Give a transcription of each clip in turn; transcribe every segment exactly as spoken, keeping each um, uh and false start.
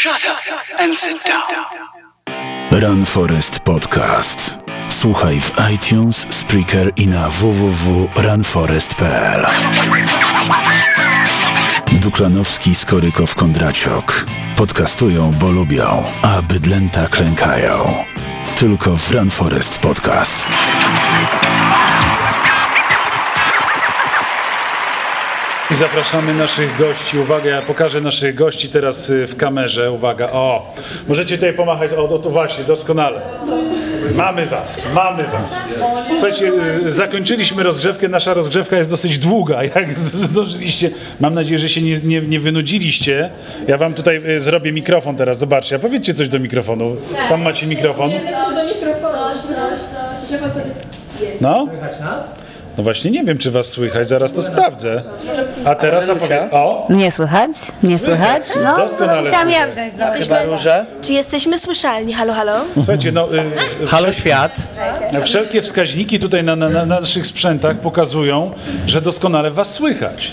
Shut up and sit down. Run Forest Podcast. Słuchaj w iTunes, Spreaker i na w w w kropka run forest kropka p l. Duklanowski, Skorykow, Kondraciok. Podcastują, bo lubią, a bydlęta klękają. Tylko w Run Forest Podcast. I zapraszamy naszych gości. Uwaga, ja pokażę naszych gości teraz w kamerze. Uwaga, o! Możecie tutaj pomachać. O, o to właśnie, doskonale. Mamy was, mamy was. Słuchajcie, zakończyliśmy rozgrzewkę. Nasza rozgrzewka jest dosyć długa. Jak zdążyliście, mam nadzieję, że się nie, nie, nie wynudziliście. Ja wam tutaj zrobię mikrofon teraz. Zobaczcie, a powiedzcie coś do mikrofonu. Tam macie mikrofon. Coś do mikrofonu. Coś, coś, coś. Trzeba sobie... No? No właśnie nie wiem, czy was słychać, zaraz to sprawdzę. A teraz opowiem. O! Mnie słychać? Nie słychać? No, Doskonale chciałam ja słychać. wziąć. Chyba róże. Czy jesteśmy słyszalni? Halo, halo? Słuchajcie, no... Y, Halo świat. Wszelkie wskaźniki tutaj na, na, na naszych sprzętach pokazują, że doskonale was słychać.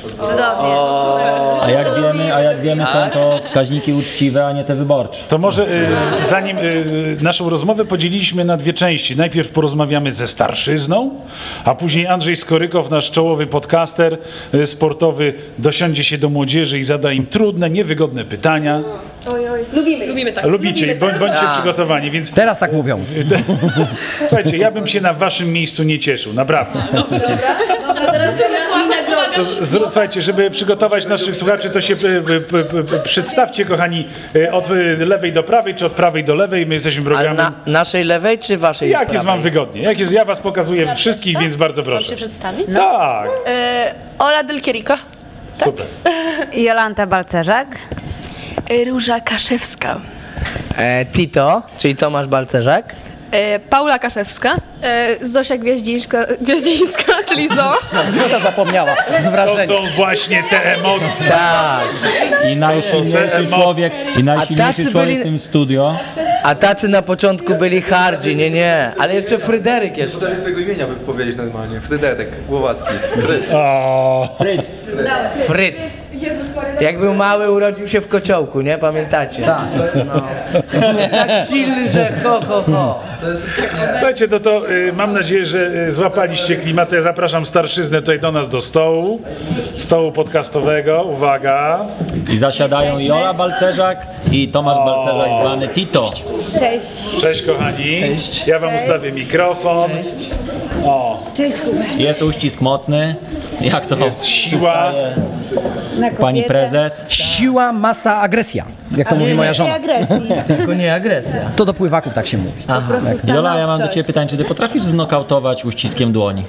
A jak wiemy, a jak wiemy są to wskaźniki uczciwe, a nie te wyborcze. To może y, zanim y, naszą rozmowę podzieliliśmy na dwie części. Najpierw porozmawiamy ze starszyzną, a później Andrzej Skorykow, nasz czołowy podcaster y, sportowy, dosiądzie się do młodzieży i zada im trudne, niewygodne pytania. Oj, oj. Lubimy. Lubimy tak. Lubicie, Lubimy bądź, tak. bądźcie przygotowani, więc... Teraz tak mówią. Słuchajcie, ja bym się na waszym miejscu nie cieszył, naprawdę. Dobra, teraz mi nagrodę. Z, słuchajcie, żeby przygotować naszych słuchaczy, to się p, p, p, p, przedstawcie, kochani, od lewej do prawej, czy od prawej do lewej. My jesteśmy Ale programem... na naszej lewej czy waszej Jak prawej? jest wam wygodnie? Jak jest, ja was pokazuję wszystkich, więc bardzo Mam proszę. się przedstawić? Tak, E, Ola Del Kieriko. super. Jolanta Balcerzak. Róża Kaszewska. E, Tito, czyli Tomasz Balcerzak. E, Paula Kaszewska, e, Zosia Gwiaździńska, Gwiaździńska, czyli Zo. Nazwiska zapomniała, z To wrażenia. są właśnie te emocje. Tak. I najsilniejszy emocje. człowiek, i najsilniejszy tacy człowiek byli- w tym studio. A tacy na początku byli hardzi, nie, nie. Ale jeszcze Fryderyk jest. Potrafię swojego imienia powiedzieć normalnie. Fryderyk Głowacki. Fryc. O, Fryc. Fryc. Jak był mały, urodził się w kociołku, nie? Pamiętacie? Tak. No. Jest tak silny, że ho, ho, ho. słuchajcie, no to y, mam nadzieję, że y, złapaliście klimat. Ja zapraszam starszyznę tutaj do nas do stołu. Stołu podcastowego. Uwaga. I zasiadają Jola Balcerzak i Tomasz Balcerzak zwany Tito. Cześć. Cześć kochani. Cześć. Ja wam ustawię mikrofon. O, Cześć, Hubert. Jest uścisk mocny. Jak to Jest siła. przystaje pani prezes? Siła, masa, agresja, jak to mówi moja żona. agresji. Tylko nie agresja. To do pływaków tak się mówi. Jola, ja mam do ciebie pytanie, czy ty potrafisz znokautować uściskiem dłoni?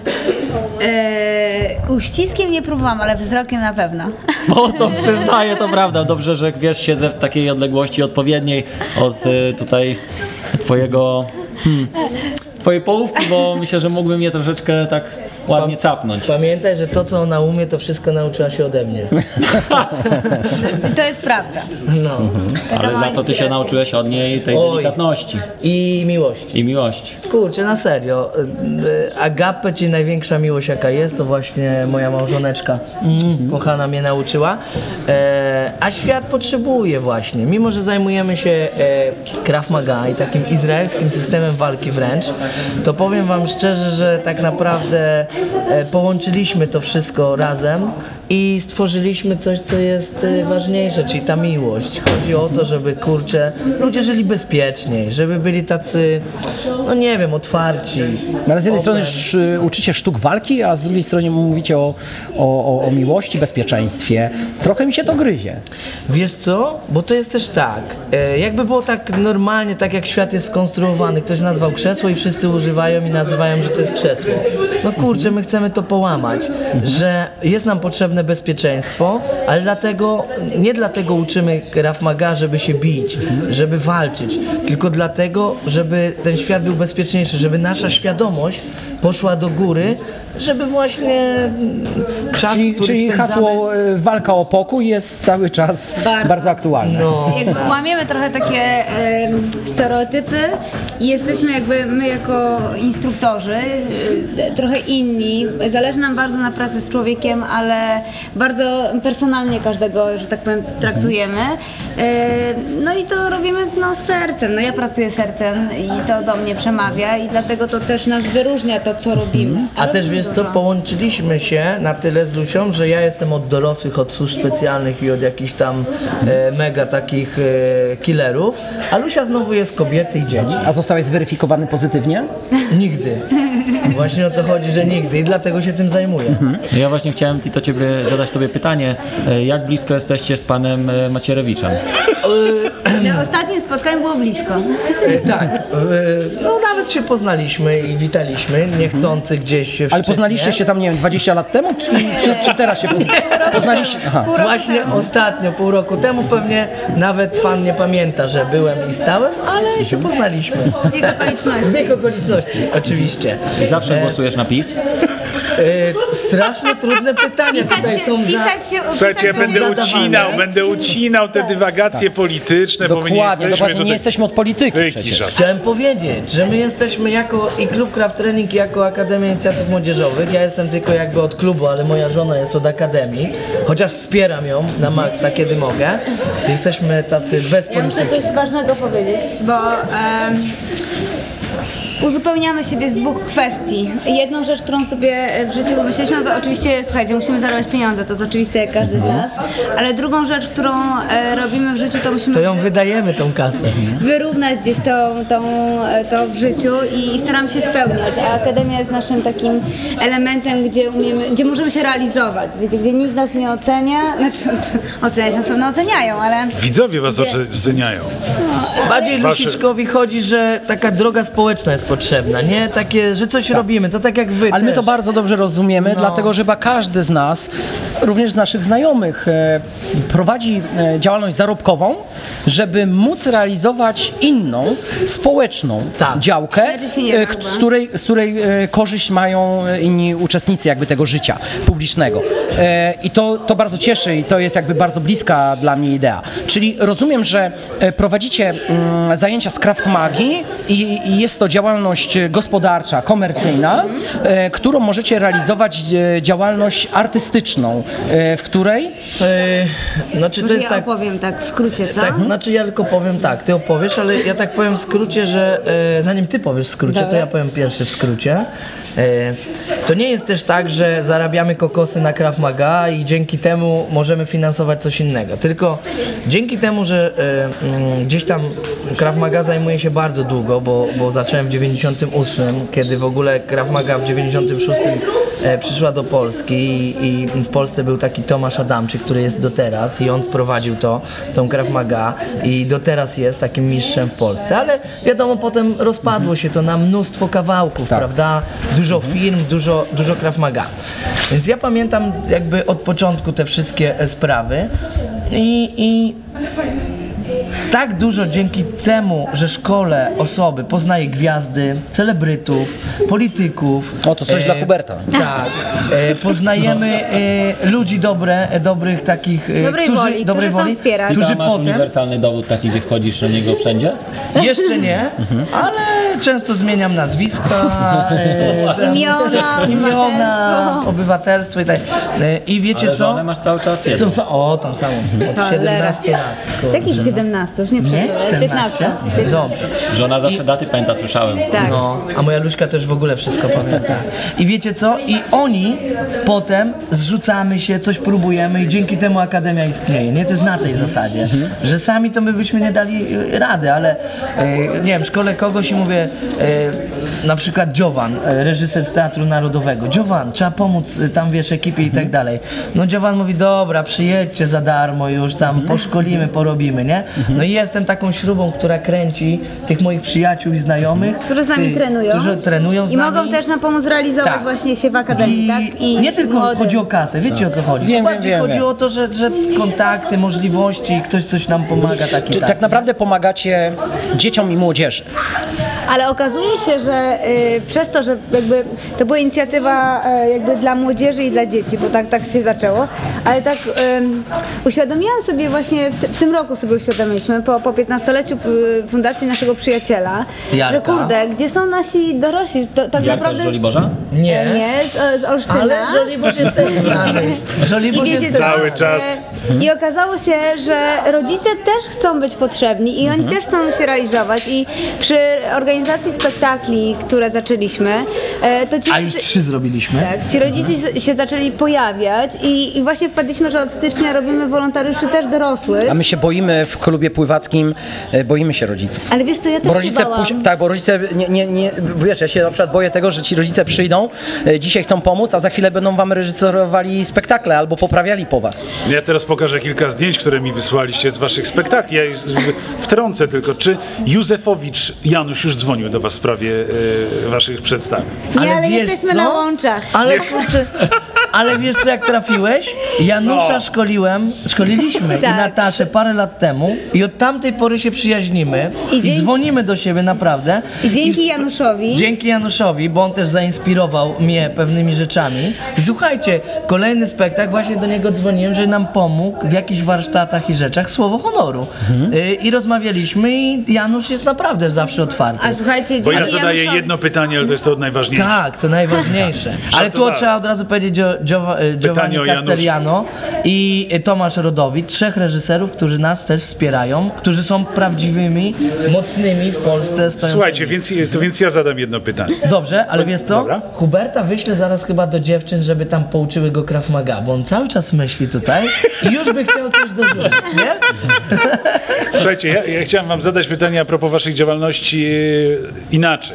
Eee, uściskiem nie próbowałam, ale wzrokiem na pewno. Bo to przyznaję, to prawda. Dobrze, że wiesz, siedzę w takiej odległości odpowiedniej od y, tutaj twojego... Hmm, twojej połówki, bo myślę, że mógłbym je troszeczkę tak ładnie capnąć. Pamiętaj, że to, co ona umie, to wszystko nauczyła się ode mnie. To jest prawda. No. Ale za to ty się nauczyłeś od niej tej Oj. delikatności I miłości. i miłości. Kurczę, na serio. Y, y, Agape, czyli największa miłość jaka jest, to właśnie moja małżoneczka mm, kochana mnie nauczyła. E, a świat potrzebuje właśnie, mimo że zajmujemy się e, Krav Maga i takim izraelskim systemem walki wręcz, to powiem wam szczerze, że tak naprawdę e, połączyliśmy to wszystko razem i stworzyliśmy coś, co jest e, ważniejsze, czyli ta miłość. Chodzi o to, żeby, kurczę, ludzie żyli bezpieczniej, żeby byli tacy, no nie wiem, otwarci. No, ale z jednej strony sz, uczycie sztuk walki, a z drugiej strony mówicie o, o, o, o miłości, bezpieczeństwie. Trochę mi się to gryzie. Wiesz co? Bo to jest też tak, e, jakby było tak normalnie, tak jak świat jest skonstruowany, ktoś nazwał krzesło i wszyscy używają i nazywają, że to jest krzesło. No kurczę, my chcemy to połamać, że jest nam potrzebne bezpieczeństwo, ale dlatego, nie dlatego uczymy Krav Maga, żeby się bić, żeby walczyć, tylko dlatego, żeby ten świat był bezpieczniejszy, żeby nasza świadomość poszła do góry, żeby właśnie czas, Czyli, który czyli spędzamy... hasło e, walka o pokój jest cały czas bardzo, Bardzo. aktualne. No, Jakby łamiemy trochę takie em, stereotypy i jesteśmy jakby my jako instruktorzy e, trochę inni. Zależy nam bardzo na pracy z człowiekiem, ale bardzo personalnie każdego, że tak powiem, traktujemy. E, no i to robimy z no, sercem. No ja pracuję sercem i to do mnie przemawia i dlatego to też nas wyróżnia to, co robimy. A Ale też wiesz co, połączyliśmy się na tyle z Lusią, że ja jestem od dorosłych, od służb specjalnych i od jakichś tam e, mega takich e, killerów, a Lusia znowu jest kobiety i dzieci. A zostałeś zweryfikowany pozytywnie? Nigdy. Właśnie o to chodzi, że nigdy i dlatego się tym zajmuję. Ja właśnie chciałem Tito ciebie zadać tobie pytanie, e, jak blisko jesteście z panem e, Macierewiczem? Na ostatnim spotkaniu było blisko. E, tak, e, no nawet się poznaliśmy i witaliśmy, niechcący gdzieś się Ale wszczętnie. poznaliście się tam, nie wiem, dwadzieścia lat temu, czy, czy, czy teraz się pozna- poznaliście? Aha. Pół roku Właśnie temu. ostatnio, pół roku temu pewnie nawet pan nie pamięta, że byłem i stałem, ale się poznaliśmy. Zbieg okoliczności. Zbieg okoliczności, oczywiście. I zawsze E, głosujesz na PiS? e, strasznie trudne pytania Pisać tutaj się, są za... pisać się, Słuchajcie, ja pisać będę się, zadawane. ucinał, będę ucinał te dywagacje polityczne, bo my nie Dokładnie, jesteśmy dokładnie, tutaj... nie jesteśmy od polityki Wyki przecież. żadne. Chciałem powiedzieć, że my jesteśmy jako i Klub Craft Training, i jako Akademia Inicjatyw Młodzieżowych. Ja jestem tylko jakby od klubu, ale moja żona jest od Akademii. Chociaż wspieram ją na maksa, kiedy mogę. Jesteśmy tacy bez Ja muszę polityki. coś ważnego powiedzieć, bo em, uzupełniamy siebie z dwóch kwestii. Jedną rzecz, którą sobie w życiu pomyśleliśmy, no to oczywiście, słuchajcie, musimy zarabiać pieniądze, to jest oczywiste jak każdy z nas, ale drugą rzecz, którą e, robimy w życiu, to musimy To ją wydajemy, tą kasę. wyrównać gdzieś tą, tą, e, to w życiu i, i staram się spełniać, a Akademia jest naszym takim elementem, gdzie umiemy, gdzie możemy się realizować, wiecie, gdzie nikt nas nie ocenia, znaczy oceniać nas no, oceniają, ale Widzowie was Gdzie- oceniają. Bardziej Wasze- Lusiczkowi chodzi, że taka droga społeczna jest potrzebna, nie? Takie, że coś robimy, to tak jak wy Ale my też. to bardzo dobrze rozumiemy, No. dlatego że chyba każdy z nas, również z naszych znajomych, e, prowadzi e, działalność zarobkową, żeby móc realizować inną, społeczną Tak. działkę, Inaczej się nie e, da k- chyba. z której, z której e, korzyść mają e, inni uczestnicy jakby tego życia publicznego. E, I to, to bardzo cieszy i to jest jakby bardzo bliska dla mnie idea. Czyli rozumiem, że e, prowadzicie mm, zajęcia z Kraft Magii i, i jest to działalność gospodarcza, komercyjna, e, którą możecie realizować e, działalność artystyczną, e, w której Yy, znaczy to może jest ja tak... opowiem tak w skrócie, co? Tak, znaczy ja tylko powiem tak, ty opowiesz, ale ja tak powiem w skrócie, że e, zanim ty powiesz w skrócie, to Dobra. ja powiem pierwszy w skrócie. E, to nie jest też tak, że zarabiamy kokosy na Krav Maga i dzięki temu możemy finansować coś innego, tylko dzięki temu, że e, mm, gdzieś tam Krav Maga zajmuje się bardzo długo, bo, bo zacząłem w dziewięćdziesiątym ósmym, kiedy w ogóle Krav Maga w dziewięćdziesiątym szóstym e, przyszła do Polski i, i w Polsce był taki Tomasz Adamczyk, który jest do teraz i on wprowadził to, tą Krav Maga i do teraz jest takim mistrzem w Polsce, ale wiadomo, potem rozpadło się to na mnóstwo kawałków, Tak. prawda? Dużo firm, dużo, dużo Krav Maga. Więc ja pamiętam jakby od początku te wszystkie e, sprawy i, i tak dużo dzięki temu, że szkole osoby poznaje gwiazdy, celebrytów, polityków. O, to coś dla Huberta. Tak. E, poznajemy e, ludzi dobre, e, dobrych takich, e, Dobrej którzy, woli, dobrej którzy chcą woli, wspierać. Ty którzy tam masz potem, uniwersalny dowód taki, gdzie wchodzisz na niego wszędzie? jeszcze nie, ale często zmieniam nazwiska, e, tam- Imiona, imiona, obywatelstwo. obywatelstwo i tak. E, I wiecie Ale co? żonę masz cały czas jedną. Tą, sa- o, tą samą, od Cholera. siedemnastu lat. kurczę, Jakieś no. siedemnaście, już nie Nie? przesadzę, czternaście? piętnaście. Dobrze. Żona zawsze daty pamięta, słyszałem. Tak. No, a moja Luśka też w ogóle wszystko pamięta. I wiecie co? I oni potem zrzucamy się, coś próbujemy i dzięki temu Akademia istnieje, nie? To jest na tej zasadzie, że sami to my byśmy nie dali e, rady, ale e, nie wiem, szkole kogoś i mówię, e, na przykład Dziowan, e, reżyser z Teatru Narodowego. Dziowan, trzeba pomóc e, tam, wiesz, ekipie i tak dalej. No Dziowan mówi, dobra, przyjedźcie za darmo już tam, poszkolimy, porobimy, nie? No i jestem taką śrubą, która kręci tych moich przyjaciół i znajomych. Którzy z nami Ty- trenują. Którzy trenują z I nami. mogą też nam pomóc realizować Tak. właśnie się w Akademii, I tak? I nie tylko młodym. chodzi o kasę, wiecie o co chodzi. Wiem, to wiem, bardziej wiem, chodzi wiem. o to, że, że kontakty, możliwości, ktoś coś nam pomaga, tak i Czy tak. tak naprawdę pomagacie dzieciom i młodzieży. Ale okazuje się, że y, przez to, że jakby to była inicjatywa y, jakby dla młodzieży i dla dzieci, bo tak, tak się zaczęło, ale tak y, uświadomiłam sobie właśnie, w, w tym roku sobie uświadomiliśmy, po, po piętnastoleciu y, fundacji naszego przyjaciela, Jarka. że kurde, gdzie są nasi dorośli, to tak Jarka naprawdę... z Żoliborza? Nie. Nie, z, z Olsztyna. Ale Żoliborz jest też znany. Żoliborz I jest wiecie co? Cały czas. E, I okazało się, że rodzice też chcą być potrzebni i oni też chcą się realizować i przy organizacji spektakli, które zaczęliśmy, e, to ci... A już trzy zrobiliśmy. Tak, ci rodzice się, się zaczęli pojawiać i, i właśnie wpadliśmy, że od stycznia robimy wolontariuszy też dorosłych. A my się boimy w klubie pływackim, e, boimy się rodziców. Ale wiesz co, ja też Bo się rodzice bałam. później, tak, bo rodzice nie, nie, nie, wiesz, ja się na przykład boję tego, że ci rodzice przyjdą, e, dzisiaj chcą pomóc, a za chwilę będą wam reżyserowali spektakle albo poprawiali po was. Ja teraz pokażę kilka zdjęć, które mi wysłaliście z waszych spektakli. Ja już wtrącę tylko, czy Józefowicz Janusz już dzwonił do was w sprawie y, waszych przedstawień? Nie, ale wiesz jesteśmy co? na łączach. Ale kurczę, ale wiesz co, jak trafiłeś? Janusza No. szkoliłem, szkoliliśmy Tak. i Nataszę parę lat temu i od tamtej pory się przyjaźnimy I i, dzięki- dzwonimy do siebie naprawdę. I dzięki w- Januszowi. Dzięki Januszowi, bo on też zainspirował mnie pewnymi rzeczami. I słuchajcie, kolejny spektakl, właśnie do niego dzwoniłem, że nam pomógł w jakichś warsztatach i rzeczach, słowo honoru. Mhm. Y, I rozmawialiśmy i Janusz jest naprawdę zawsze otwarty. A słuchajcie, Bo ja dzięki zadaję Januszowi- jedno pytanie, ale to jest to najważniejsze. Tak, to najważniejsze. Ale tu Żartowałem. trzeba od razu powiedzieć o Giova- e, Giovanni o Castellano i Tomasz Rodowicz, trzech reżyserów, którzy nas też wspierają, którzy są prawdziwymi, mocnymi w Polsce stojącymi. Słuchajcie, więc, to więc ja zadam jedno pytanie. Dobrze, ale wiesz co? Dobra. Huberta wyślę zaraz chyba do dziewczyn, żeby tam pouczyły go Krav Maga, bo on cały czas myśli tutaj i już by chciał coś dorzucić, nie? Słuchajcie, ja, ja chciałem wam zadać pytanie a propos waszej działalności e, inaczej.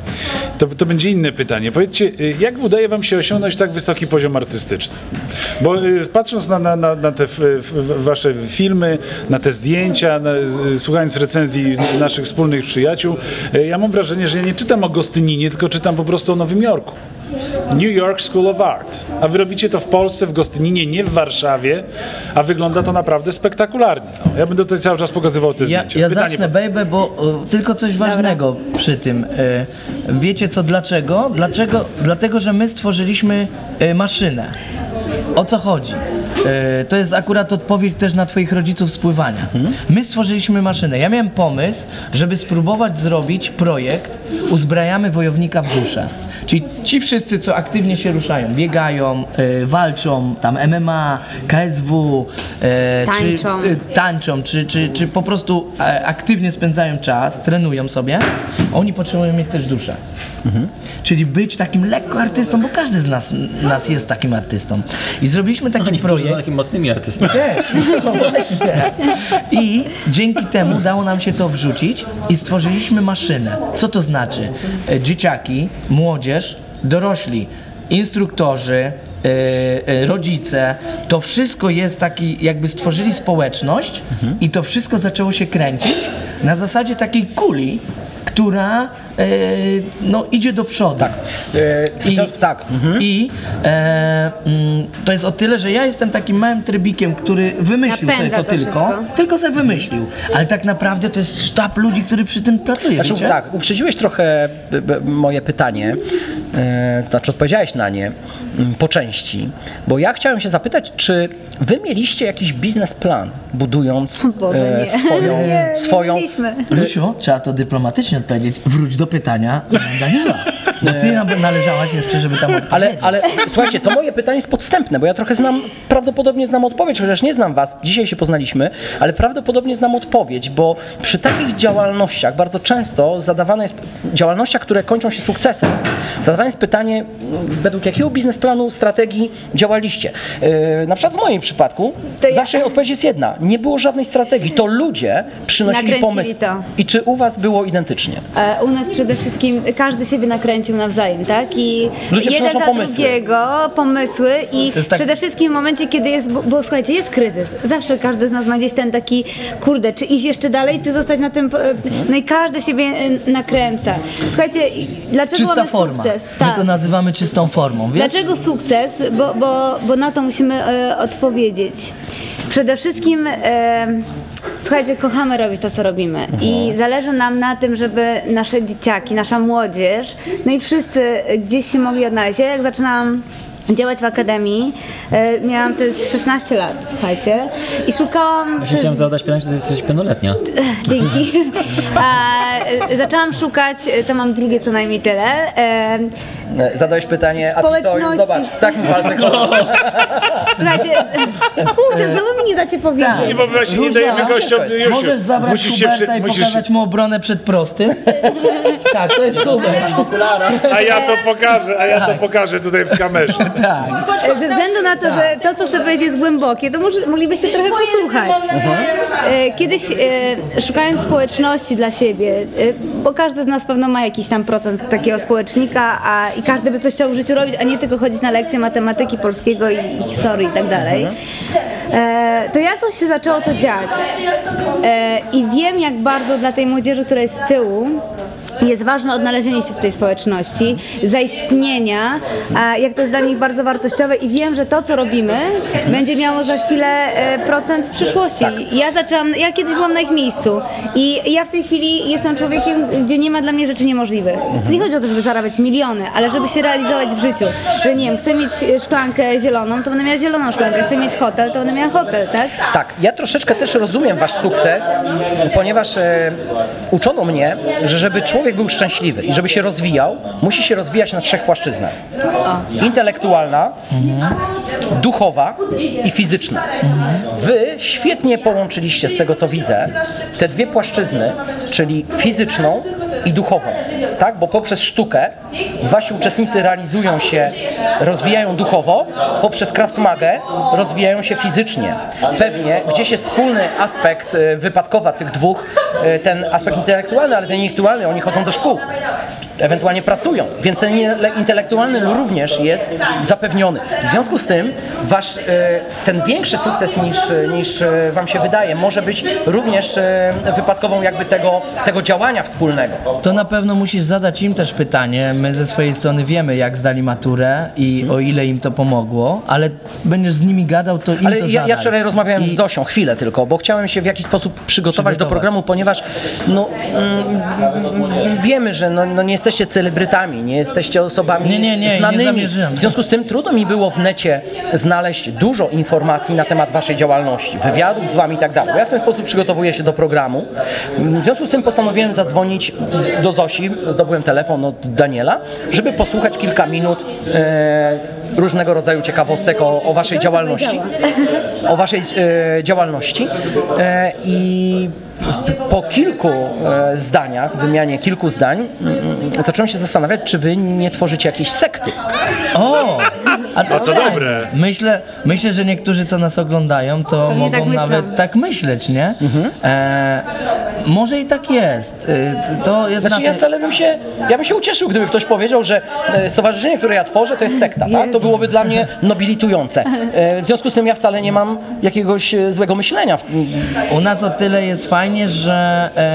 To, to będzie inne pytanie. Powiedzcie, e, jak udaje wam się osiągnąć tak wysoki poziom artystyczny? Bo e, patrząc na, na, na, na te f, f, wasze filmy, na te zdjęcia, na, z, słuchając recenzji naszych wspólnych przyjaciół, e, ja mam wrażenie, że ja nie czytam o Gostyninie, tylko czytam po prostu o Nowym Jorku. New York School of Art. A wy robicie to w Polsce, w Gostyninie, nie w Warszawie, a wygląda to naprawdę spektakularnie. O, ja będę tutaj cały czas pokazywał te Ja, zdjęcia. ja Pytanie zacznę, baby, bo e, tylko coś ważnego przy tym. E, wiecie co, dlaczego? dlaczego? Dlatego, że my stworzyliśmy e, maszynę. O co chodzi? E, to jest akurat odpowiedź też na twoich rodziców z pływania. My stworzyliśmy maszynę. Ja miałem pomysł, żeby spróbować zrobić projekt Uzbrajamy wojownika w duszę. Czyli ci wszyscy, co aktywnie się ruszają, biegają, e, walczą, tam M M A, K S W, e, Tańczą. Czy, e, tańczą, czy, czy, czy po prostu e, aktywnie spędzają czas, trenują sobie, oni potrzebują mieć też duszę. Czyli być takim lekko artystą, bo każdy z nas, nas jest takim artystą. I zrobiliśmy taki Niektórzy są projekt. takimi mocnymi artystami. Też, no właśnie. I dzięki temu udało nam się to wrzucić i stworzyliśmy maszynę. Co to znaczy? E, Dzieciaki, młodzież, dorośli, instruktorzy, e, e, rodzice, to wszystko jest taki, jakby stworzyli społeczność i to wszystko zaczęło się kręcić na zasadzie takiej kuli, która e, no, idzie do przodu. Tak. E, I, tak. Mhm. i e, mm, to jest o tyle, że ja jestem takim małym trybikiem, który wymyślił sobie Napędza to, to tylko, wszystko. tylko sobie wymyślił. Ale tak naprawdę to jest sztab ludzi, który przy tym pracuje, Znaczy, wiecie? tak, uprzedziłeś trochę b, b, moje pytanie, e, znaczy odpowiedziałeś na nie m, po części, bo ja chciałem się zapytać, czy wy mieliście jakiś biznesplan, budując Boże, e, nie. swoją, Nie, nie swoją mieliśmy. Lusiu, trzeba to dyplomatycznie odpowiedzieć. Wróć do pytania Daniela. Bo ty nam należałaś jeszcze, żeby tam odpowiedzieć. Ale, ale słuchajcie, to moje pytanie jest podstępne, bo ja trochę znam, prawdopodobnie znam odpowiedź, chociaż nie znam was, dzisiaj się poznaliśmy, ale prawdopodobnie znam odpowiedź, bo przy takich działalnościach bardzo często zadawane jest, działalnościach, które kończą się sukcesem, zadawane jest pytanie, według jakiego biznesplanu, strategii działaliście. Yy, na przykład w moim przypadku To ja- zawsze odpowiedź jest jedna, nie było żadnej strategii, to ludzie przynosili Nakręcili pomysł. to. I czy u was było identycznie? E, U nas przede wszystkim każdy siebie nakręcił nawzajem, tak? I Ludzie jeden przynoszą za pomysły. drugiego pomysły i jest tak- przede wszystkim w momencie, kiedy jest, bo, bo słuchajcie, jest kryzys. Zawsze każdy z nas ma gdzieś ten taki, kurde, czy iść jeszcze dalej, czy zostać na tym, e, no i każdy siebie e, nakręca. Słuchajcie, i dlaczego Czysta mamy forma. sukces? My to nazywamy czystą formą, wiesz? Dlaczego sukces? Bo, bo, bo na to musimy e, odpowiedzieć. Przede wszystkim e, słuchajcie, kochamy robić to, co robimy mhm. i zależy nam na tym, żeby nasze dzieciaki, nasza młodzież, no i wszyscy gdzieś się mogli odnaleźć. Ja jak zaczynałam działać w akademii, e, miałam wtedy szesnaście lat, słuchajcie, i szukałam... Przez... Chciałam zadać pytanie, czy ty jesteś pełnoletnia. Dzięki. A, e, zaczęłam szukać, to mam drugie co najmniej tyle. E, Zadałeś pytanie, a ty to już zobacz, tak mi palce chodzą. Słuchajcie, kurczę, znowu mi nie dacie powiedzieć. Nie, bo właśnie nie dajemy gościom już. Możesz zabrać musisz Huberta się, i musisz pokazać mu obronę przed prostym. Tak, to jest Hubert. A ja to pokażę, a ja to pokażę tutaj w kamerze. Tak. Ze względu na to, że to, co chcę powiedzieć, jest głębokie, to może, moglibyście trochę posłuchać. E, Kiedyś e, szukając społeczności dla siebie, e, bo każdy z nas pewno ma jakiś tam procent takiego społecznika, a i każdy by coś chciał w życiu robić, a nie tylko chodzić na lekcje matematyki, polskiego i, i historii i tak dalej. E, to jakoś się zaczęło to dziać. E, I wiem, jak bardzo dla tej młodzieży, która jest z tyłu, jest ważne odnalezienie się w tej społeczności, zaistnienia, a jak to jest dla nich bardzo wartościowe i wiem, że to, co robimy, będzie miało za chwilę e, procent w przyszłości. Ja zaczęłam, ja kiedyś byłam na ich miejscu i ja w tej chwili jestem człowiekiem, gdzie nie ma dla mnie rzeczy niemożliwych. Nie chodzi o to, żeby zarabiać miliony, ale żeby się realizować w życiu. Że nie wiem, chcę mieć szklankę zieloną, to będę miała zieloną szklankę, chcę mieć hotel, to będę miała hotel, tak? Tak, ja troszeczkę też rozumiem wasz sukces, ponieważ e, uczono mnie, że żeby człowiek był szczęśliwy i żeby się rozwijał, musi się rozwijać na trzech płaszczyznach. Intelektualna, duchowa i fizyczna. Wy świetnie połączyliście, z tego co widzę, te dwie płaszczyzny, czyli fizyczną i duchową, tak? Bo poprzez sztukę wasi uczestnicy realizują się, rozwijają duchowo, poprzez Krav Magę rozwijają się fizycznie. Pewnie gdzieś jest wspólny aspekt y, wypadkowa tych dwóch, y, ten aspekt intelektualny, ale ten intelektualny, oni chodzą do szkół, ewentualnie pracują, więc ten intelektualny również jest zapewniony. W związku z tym wasz, y, ten większy sukces niż, niż y, wam się wydaje może być również y, wypadkową jakby tego, tego działania wspólnego. To na pewno musisz zadać im też pytanie. My ze swojej strony wiemy, jak zdali maturę i o ile im to pomogło, ale będziesz z nimi gadał, to im ale to ja, zadaj. ja wczoraj rozmawiałem I... z Zosią chwilę tylko, bo chciałem się w jakiś sposób przygotować, przygotować. do programu, ponieważ no, mm, wiemy, że no, no nie jesteście celebrytami, nie jesteście osobami nie, nie, nie, znanymi. Nie zamierzyłem. W związku z tym trudno mi było w necie znaleźć dużo informacji na temat waszej działalności, wywiadów z wami i tak dalej. Ja w ten sposób przygotowuję się do programu. W związku z tym postanowiłem zadzwonić do Zosi, zdobyłem telefon od Daniela, żeby posłuchać kilka minut e, różnego rodzaju ciekawostek o, o waszej działalności. O waszej e, działalności. E, I po kilku e, zdaniach, wymianie kilku zdań, m, zacząłem się zastanawiać, czy wy nie tworzycie jakiejś sekty. O! A to A co fajne. dobre. Myślę, myślę, że niektórzy, co nas oglądają, to Pewnie mogą tak myślą. nawet tak myśleć, nie? Mhm. E, może i tak jest. E, to jest Znaczy na ja te... wcale bym się, ja bym się ucieszył, gdyby ktoś powiedział, że e, stowarzyszenie, które ja tworzę, to jest sekta, tak? To byłoby dla mnie nobilitujące. E, w związku z tym ja wcale nie mam jakiegoś e, złego myślenia. U nas o tyle jest fajnie, że e,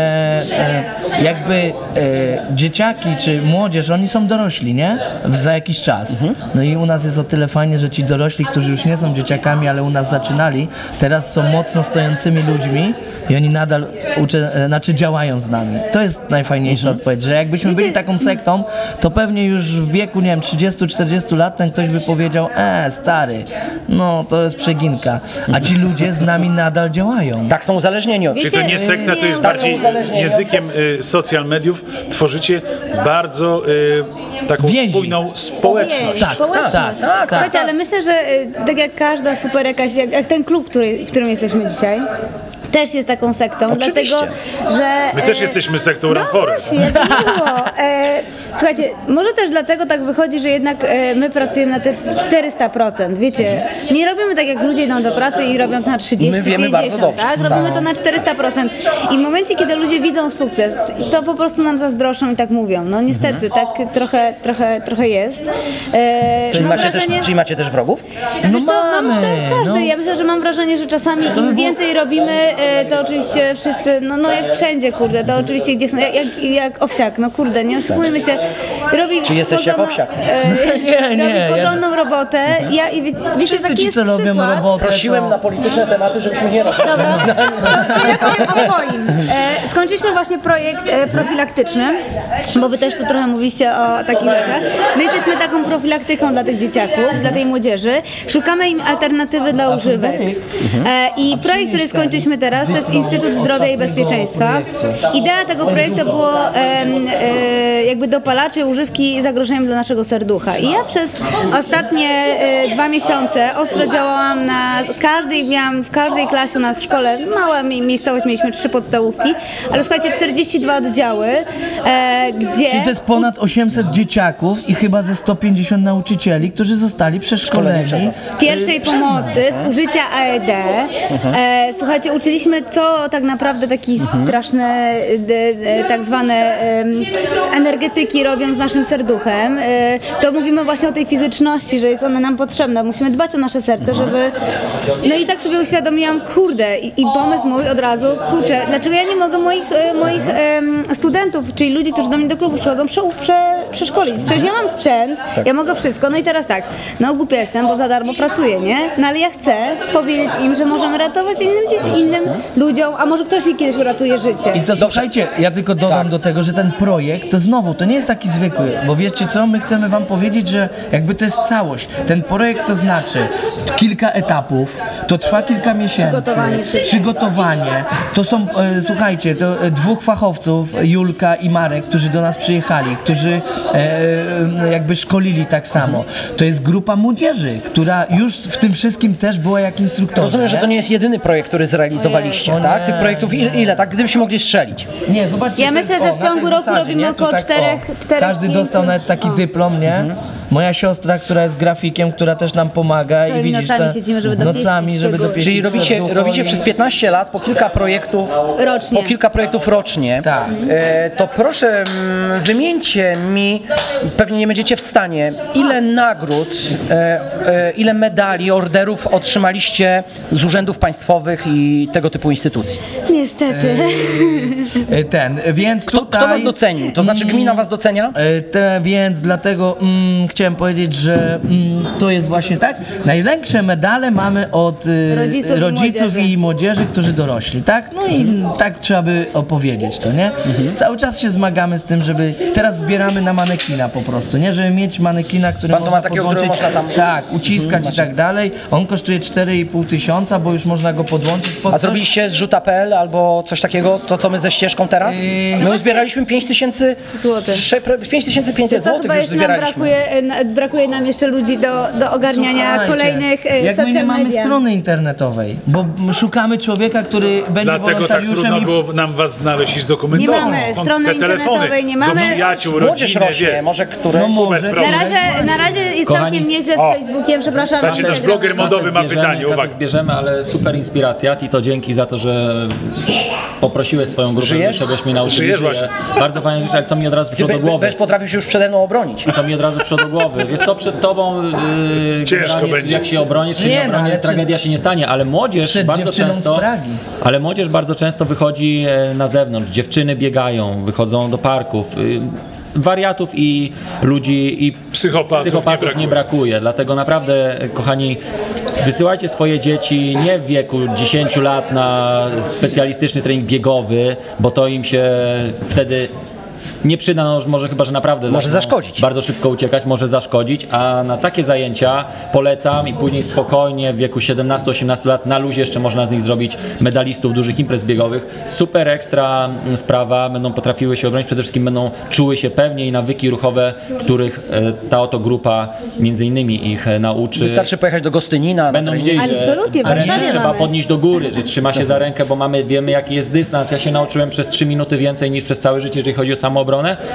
e, jakby e, dzieciaki czy młodzież, oni są dorośli, nie? W, za jakiś czas. Mhm. No i u nas jest o tyle fajnie, że ci dorośli, którzy już nie są dzieciakami, ale u nas zaczynali, teraz są mocno stojącymi ludźmi i oni nadal uczy, e, znaczy działają z nami. To jest najfajniejsza Mhm. odpowiedź, że jakbyśmy byli taką sektą, to pewnie już w wieku, nie wiem, trzydziestu czterdziestu lat ten ktoś by powiedział, e, stary, no to jest przeginka. A ci ludzie z nami nadal działają. Tak, są uzależnieni od... Czyli to nie sekta, to jest Tak, bardziej są uzależnieni od- językiem y, social mediów. Tworzycie bardzo y, taką Więzi. spójną społeczność. Tak, Społeczność. tak, tak, tak. Słuchajcie, ale myślę, że y, tak jak każda super jakaś, jak, jak ten klub, który, w którym jesteśmy dzisiaj, też jest taką sektą, Oczywiście. dlatego, że... My też e, jesteśmy sektą No Run Forest. właśnie, jakby nie było. E, słuchajcie, może też dlatego tak wychodzi, że jednak e, my pracujemy na te czterysta procent, wiecie. Nie robimy tak jak ludzie idą do pracy i robią to na trzydzieści, My wiemy bardzo pięćdziesiąt, dobrze. tak? Robimy Tak. to na czterysta procent. I w momencie, kiedy ludzie widzą sukces, to po prostu nam zazdroszczą i tak mówią. No niestety, tak trochę, trochę, trochę jest. E, Czyli mam macie, też, wrażenie- czyli macie też wrogów? No Wiesz co, mam mamy, tak każdy. no. Ja myślę, że mam wrażenie, że czasami im więcej robimy, e, to oczywiście wszyscy, no, no jak wszędzie, kurde, to oczywiście gdzie są, jak, jak, jak owsiak, no kurde, nie oszukujmy się, robi Czy jesteś jak porządną, owsiak? e, Nie, nie, robi ja- porządną robotę. Ja, i wie- wiecie, Wszyscy taki ci, jest co robią przykład. robotę, Prosiłem to... na polityczne tematy, żebyśmy nie robili. Dobra, to ja powiem o swoim. E, skończyliśmy właśnie projekt e, profilaktyczny, bo wy też tu trochę mówiliście o takich rzeczach. My jesteśmy taką profilaktyką dla tych dzieciaków, dla tej młodzieży. Szukamy im alternatywy dla używek. E, I projekt, który skończyliśmy teraz, to jest Instytut Zdrowia i Bezpieczeństwa. Idea tego projektu było em, e, jakby dopalacze, używki zagrożeniem dla naszego serducha. I ja przez ostatnie e, dwa miesiące ostro działałam na każdej, miałam w każdej klasie u nas w szkole, mała mi- miejscowość, mieliśmy trzy podstawówki, ale słuchajcie, czterdzieści dwa oddziały, e, gdzie... Czyli to jest ponad osiemset dzieciaków i chyba ze sto pięćdziesiąt nauczycieli, którzy zostali przeszkoleni. z pierwszej pomocy, z użycia A E D. E, słuchajcie, uczyliśmy, co tak naprawdę taki straszne, d, d, tak zwane em, energetyki robią z naszym serduchem. E, to mówimy właśnie o tej fizyczności, że jest ona nam potrzebna. Musimy dbać o nasze serce, żeby... No i tak sobie uświadomiłam, kurde, i, i pomysł mój od razu, kurczę, dlaczego ja nie mogę moich, e, moich em, studentów, czyli ludzi, którzy do mnie do klubu przychodzą, prze, prze, przeszkolić. Przecież ja mam sprzęt, ja mogę wszystko. No i teraz tak, no głupia jestem, bo za darmo pracuję, nie? No ale ja chcę powiedzieć im, że możemy ratować innym, dzie- innym ludziom, a może ktoś mi kiedyś uratuje życie. I to słuchajcie, ja tylko dodam do tego, że ten projekt to znowu, to nie jest taki zwykły, bo wiecie co, my chcemy wam powiedzieć, że jakby to jest całość. Ten projekt to znaczy kilka etapów, to trwa kilka miesięcy. Przygotowanie wszystkiego. Przygotowanie. To są, e, słuchajcie, to e, dwóch fachowców, Julka i Marek, którzy do nas przyjechali, którzy e, e, jakby szkolili tak samo. To jest grupa młodzieży, która już w tym wszystkim też była jak instruktorzy. Rozumiem, że to nie jest jedyny projekt, który zrealizowaliście, O nie. tak? Tych projektów ile, ile tak? Gdybyście mogli strzelić. Nie, zobaczcie. Ja to myślę, jest, że o, w na tej ciągu roku zasadzie, robimy nie? To około tak, czterech- o, czterech, Każdy pięciu. dostał nawet taki O. dyplom, nie? Moja siostra, która jest grafikiem, która też nam pomaga i Całymi widzisz, nocami to siedzimy, żeby dopieścić nocami, żeby szczegóły. dopieścić Czyli robicie, serducho robicie i- przez piętnaście lat po kilka projektów Rocznie. Po kilka projektów rocznie. Tak. E, to proszę mm, wymieńcie mi, pewnie nie będziecie w stanie, ile nagród, e, e, ile medali, orderów otrzymaliście z urzędów państwowych i tego typu instytucji. Niestety. E, Ten, więc Kto, tutaj... kto was docenił? To znaczy gmina was docenia? E, Te, więc dlatego mm, chciałem powiedzieć, że mm, to jest właśnie tak. Największe medale mamy od e, Rodziców i rodziców młodzieży. i młodzieży, którzy dorośli, tak? No i Mhm. tak trzeba by opowiedzieć to, nie? Cały czas się zmagamy z tym, żeby teraz zbieramy na manekina po prostu, nie? Żeby mieć manekina, który Pan to można ma takiego, podłączyć, który można tam- tak, uciskać i tak dalej. On kosztuje cztery i pół tysiąca, bo już można go podłączyć pod A coś. zrobiliście zrzuta kropka pe el albo coś takiego, to co my ze ścieżką teraz? Yy, My uzbieraliśmy pięć tysięcy Złotych. pięć tysięcy pięćset To złotych chyba już jeszcze nam zbieraliśmy. brakuje, e, na- brakuje nam jeszcze ludzi do, do ogarniania Słuchajcie, kolejnych e, jak my nie social mamy media. strony internetowej, bo szukamy człowieka, który będzie Dlatego tak wolontariuszem trudno i było nam was znaleźć i Nie zdokumentować. mamy Stąd strony te telefony internetowej, nie do mamy. przyjaciół, Młodzież rodziny, rośnie, wie. może które... No może. Hubert, proszę. Na razie, na razie jest Kochani, całkiem nieźle z o. Facebookiem, przepraszam. Słuchajcie, nasz Instagramem. bloger modowy ma Kasę zbierzemy, pytanie, kasę uwaga. zbierzemy, ale super inspiracja. Tito, dzięki za to, że poprosiłeś swoją grupę, Żyjesz? żeby czegoś mi nauczyli. Żyjesz Żyję. właśnie. Bardzo fajnie rzecz, ale co mi od razu przyszło do Be, głowy? będziesz potrafił się już przede mną obronić. Co mi od razu przyszło do głowy? Wiesz co, przed tobą yy, Ciężko generalnie, będzie. jak się obronić, czy Nie, nie, no, obronię, ale przed- tragedia się nie stanie, ale młodzież przed bardzo dziewczyną często... z Pragi. Ale młodzież bardzo często wychodzi e, na zewnątrz, dziewczyny biegają, wychodzą do parków. y, Wariatów i ludzi i Psychopatów psychopatów nie nie, brakuje. Dlatego naprawdę, e, kochani, wysyłajcie swoje dzieci nie w wieku dziesięć lat na specjalistyczny trening biegowy, bo to im się wtedy nie przyda, no, może chyba, że naprawdę Może zaczną zaszkodzić. bardzo szybko uciekać, może zaszkodzić, a na takie zajęcia polecam i później spokojnie w wieku siedemnastu osiemnastu lat na luzie jeszcze można z nich zrobić medalistów dużych imprez biegowych. Super ekstra mm, sprawa, będą potrafiły się obronić, przede wszystkim będą czuły się pewnie i nawyki ruchowe, których e, ta oto grupa między innymi ich e, nauczy. Wystarczy pojechać do Gostynina. na Będą trening. wiedzieć, Absolutnie, w że rękę Warszawie trzeba mamy. podnieść do góry, że trzyma się za rękę, bo mamy, wiemy jaki jest dystans. Ja się nauczyłem przez trzy minuty więcej niż przez całe życie, jeżeli chodzi o samoobronę.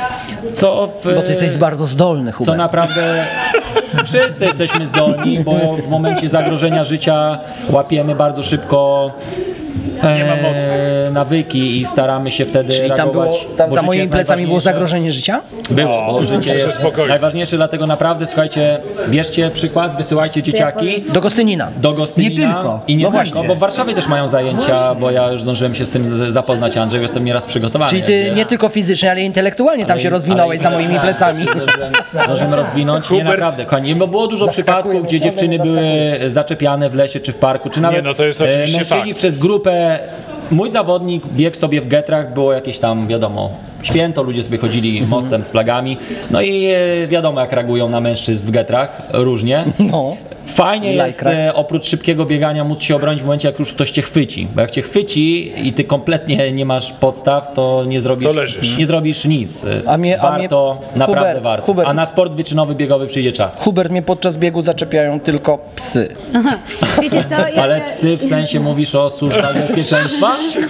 Co w, Bo ty jesteś bardzo zdolny, co Hubert. naprawdę wszyscy jesteśmy zdolni, bo w momencie zagrożenia życia łapiemy bardzo szybko Nie ma mocnych. e, nawyki i staramy się wtedy Czyli tam, reagować. było, tam bo za życie moimi jest plecami było najważniejsze. zagrożenie życia? Było, bo No, życie jest spokojnie. najważniejsze, dlatego naprawdę, słuchajcie, bierzcie przykład, wysyłajcie dzieciaki Do Gostynina. do Gostynina. Nie tylko. I nie No tylko, właśnie. bo w Warszawie też mają zajęcia, bo ja już zdążyłem się z tym z- zapoznać, Andrzej, jestem nieraz przygotowany. Czyli jak ty wiesz. nie tylko fizycznie, ale i intelektualnie tam Ale się i- rozwinąłeś ale za i- moimi plecami. Zdążyłem- Zdążyłem rozwinąć. Nie, Hubert. naprawdę, kochani, bo było dużo przypadków, gdzie dziewczyny były zaczepiane w lesie czy w parku, czy nawet Nie, no to jest e, oczywiście mężczyźni fakt. przez grupę. Mój zawodnik biegł sobie w getrach, było jakieś tam, wiadomo, święto, ludzie sobie chodzili mostem z flagami, no i e, wiadomo jak reagują na mężczyzn w getrach, różnie. No. Fajnie jest Lajkra. e, oprócz szybkiego biegania móc się obronić w momencie, jak już ktoś cię chwyci, bo jak cię chwyci i ty kompletnie nie masz podstaw, to nie zrobisz, To leżysz. nie zrobisz nic. A mnie- a mnie- warto, naprawdę Hubert, warto. Hubert. A na sport wyczynowy, biegowy przyjdzie czas. Hubert, mnie podczas biegu zaczepiają tylko psy. Wiecie co? Ja, Ale psy w sensie mówisz o służbach bezpieczeństwa?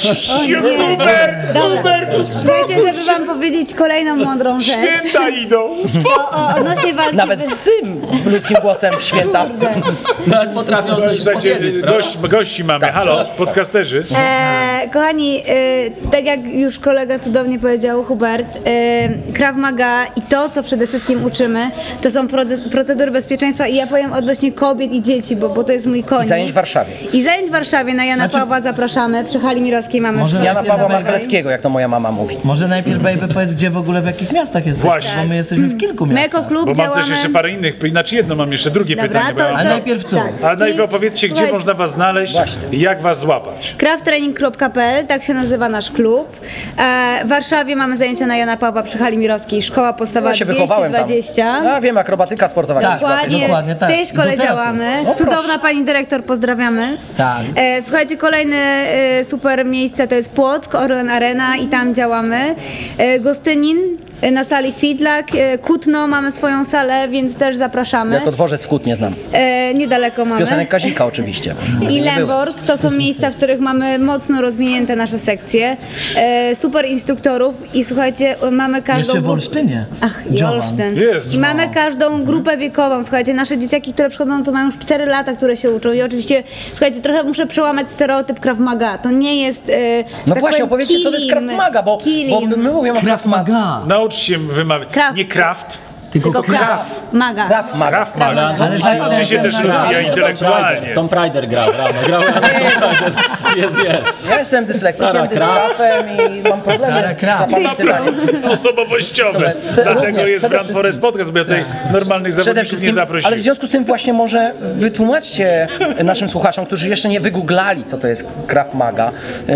Dobra. Słuchajcie, żeby wam powiedzieć kolejną mądrą rzecz. Święta idą. O, o odnośnie walki... Nawet wy- psy ludzkim głosem święta. Nawet potrafią coś Słuchajcie, powiedzieć, prawda? gość, gości mamy. Halo, podcasterzy. E, kochani, e, tak jak już kolega cudownie powiedział, Hubert, e, Krav Maga i to, co przede wszystkim uczymy, to są proce- procedury bezpieczeństwa i ja powiem odnośnie kobiet i dzieci, bo, bo to jest mój konik. I zajęć w Warszawie. I zajęć w Warszawie na Jana Znaczy- Pawła zapraszamy, przy hali Mirowskiej mamy Może szkołę Jana Pawła biegowego. Margalskiego, jak to moja mama mówi. Może najpierw, baby, powiedz, gdzie w ogóle, w jakich miastach jesteśmy, Właśnie. bo my jesteśmy w kilku My miastach. jako klub Bo mam działamy... też jeszcze parę innych, znaczy jedno mam jeszcze, drugie Dobra, pytanie. bo ja to, mam- Ale to, najpierw tu. tak. Ale najpierw Czyli- opowiedzcie, gdzie słuchaj, można was znaleźć i jak was złapać. crafttraining kropka p l, tak się nazywa nasz klub. E, w Warszawie mamy zajęcia na Jana Pawła przy hali Mirowskiej, szkoła podstawowa Ja się wychowałem tam. dwieście dwadzieścia. Ja wiem, akrobatyka sportowa. Tak. kiedyś była. Dokładnie, Dokładnie tak. w tej I szkole do teraz działamy. jest. No Cudowna proszę. pani dyrektor, pozdrawiamy. Tak. E, słuchajcie, kolejne e, super miejsce to jest Płock, Orlen Arena i tam działamy. E, Gostynin e, na sali Fidlak, e, Kutno mamy swoją salę, więc też zapraszamy. Jako dworzec w Kutnie znam. E, niedaleko Z mamy. piosenek Kazika oczywiście. I Nie było. Lemborg to są miejsca, w których mamy mocno rozwinięte nasze sekcje, e, super instruktorów i słuchajcie, mamy każdą Jeszcze w grupę- Olsztynie. Ach, i Dziowan. Olsztyn. Jezu, I no. mamy każdą grupę wiekową. Słuchajcie, nasze dzieciaki, które przychodzą, to mają już cztery lata, które się uczą. I oczywiście, słuchajcie, trochę muszę przełamać stereotyp Krav Maga. To nie jest. E, No tak właśnie, powiem, opowiedzcie, co to jest Krav Maga, bo, bo Kilim. my mówimy o Krav Maga. Naucz się wymawiać. Kraft. Nie kraft, Tylko Tylko Krav Maga. Krav Maga. kraft maga. Maga. Ale Ale za- się też za- rozwija za- intelektualnie. Tom Prider grał, rano, grał rano, Tom Prider. Jest, wiesz. Ja jestem dyslektykiem, Sara Kraft. dysgrafem i mam problemy Sara z Kraft. zapamiętywaniem. Osobowościowe. Te- Dlatego również, jest przede Brand Forest Podcast, bo ja tutaj normalnych Przede zawodników nie wszystkim, zaprosiłem. ale w związku z tym właśnie może wytłumaczcie naszym słuchaczom, którzy jeszcze nie wygooglali, co to jest Krav Maga, e,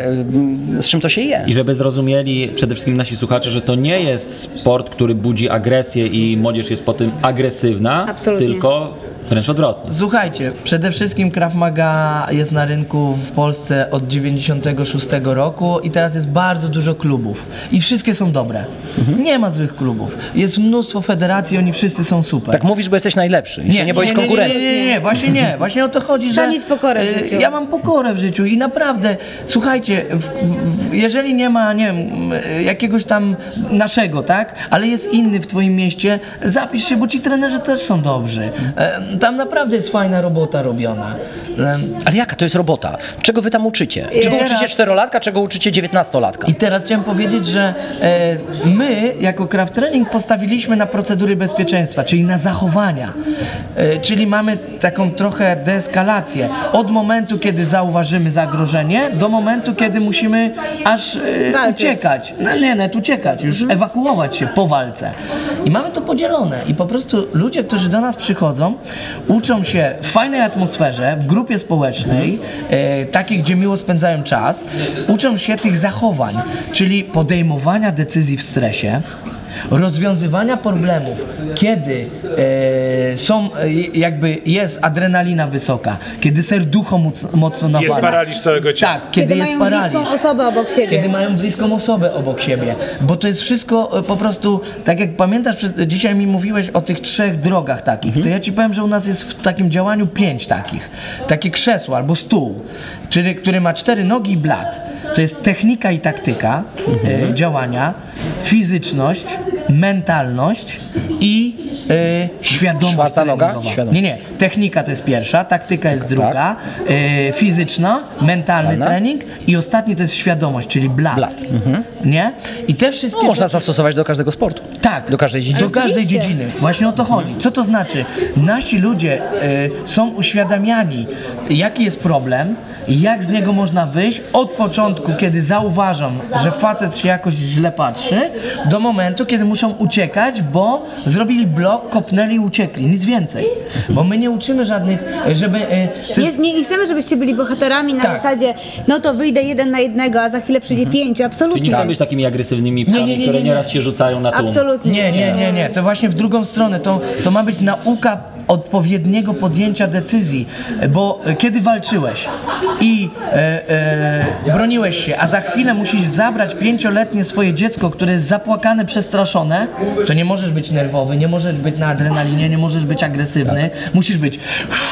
z czym to się je. I żeby zrozumieli przede wszystkim nasi słuchacze, że to nie jest sport, który budzi agresję i młodzież jest po tym agresywna, Absolutnie. tylko wręcz odwrotnie. Słuchajcie, przede wszystkim Krav Maga jest na rynku w Polsce od dziewięćdziesiątego szóstego roku i teraz jest bardzo dużo klubów i wszystkie są dobre. Nie ma złych klubów. Jest mnóstwo federacji, oni wszyscy są super. Tak mówisz, bo jesteś najlepszy i się nie boisz konkurencji. Nie, nie, nie, nie, właśnie nie. Właśnie o to chodzi, Trzeba że mieć pokorę w e, życiu. ja mam pokorę w życiu i naprawdę, słuchajcie, w, w, jeżeli nie ma, nie wiem, e, jakiegoś tam naszego, tak, ale jest inny w twoim mieście, zapisz się, bo ci trenerzy też są dobrzy. E, tam naprawdę jest fajna robota robiona. E, Ale jaka to jest robota? Czego wy tam uczycie? Czego Teraz- uczycie czterolatka, czego uczycie dziewiętnastolatka? I teraz chciałem powiedzieć, że e, my jako Krav Training postawiliśmy na procedury bezpieczeństwa, czyli na zachowania. E, czyli mamy taką trochę deeskalację. Od momentu, kiedy zauważymy zagrożenie, do momentu, kiedy musimy aż e, Walczyć. uciekać. No nie, nawet uciekać, już ewakuować się po walce. I mamy to podzielone. I po prostu ludzie, którzy do nas przychodzą, uczą się w fajnej atmosferze, w grupie społecznej, e, takiej, gdzie miło spędzają czas, uczą się tych zachowań, czyli podejmowania decyzji w stresie, rozwiązywania problemów, kiedy e, są, e, jakby jest adrenalina wysoka, kiedy serducho moc, mocno nawala. Jest paraliż całego ciała. Tak, kiedy, Kiedy jest mają paraliż. bliską osobę obok siebie. Kiedy mają bliską osobę obok siebie, bo to jest wszystko e, po prostu, tak jak pamiętasz, przed- dzisiaj mi mówiłeś o tych trzech drogach takich, to ja ci powiem, że u nas jest w takim działaniu pięć takich. Takie krzesło albo stół, czyli, który ma cztery nogi i blat. To jest technika i taktyka e, działania, fizyczność, mentalność i e, świadomość Czwarta noga? treningowa. Świadomość. Nie, nie. Technika to jest pierwsza, taktyka jest druga, e, fizyczna, mentalny Prawda? trening i ostatni to jest świadomość, czyli blat. Blat. Mhm. Nie? I te wszystkie No, można rzeczy- zastosować do każdego sportu. tak, Do każdej dziedziny. do każdej dziedziny. Właśnie o to chodzi. Co to znaczy? Nasi ludzie e, są uświadamiani, jaki jest problem, jak z niego można wyjść od początku, kiedy zauważą, że facet się jakoś źle patrzy, do momentu, kiedy muszą uciekać, bo zrobili blok, kopnęli i uciekli. Nic więcej. Bo my nie uczymy żadnych, żeby... E, to Nie, jest, nie, nie chcemy, żebyście byli bohaterami na Tak. zasadzie, no to wyjdę jeden na jednego, a za chwilę przyjdzie pięciu. Czyli Absolutnie. nie chcą być takimi agresywnymi psami, Nie, nie, nie, które nie, nie. nieraz się rzucają na tłum. Absolutnie. Nie, nie, nie, nie. To właśnie w drugą stronę. To, to ma być nauka odpowiedniego podjęcia decyzji. Bo e, kiedy walczyłeś i e, e, broniłeś się, a za chwilę musisz zabrać pięcioletnie swoje dziecko, które jest zapłakane, przestraszone, to nie możesz być nerwowy, nie możesz być na adrenalinie, nie możesz być agresywny. Musisz być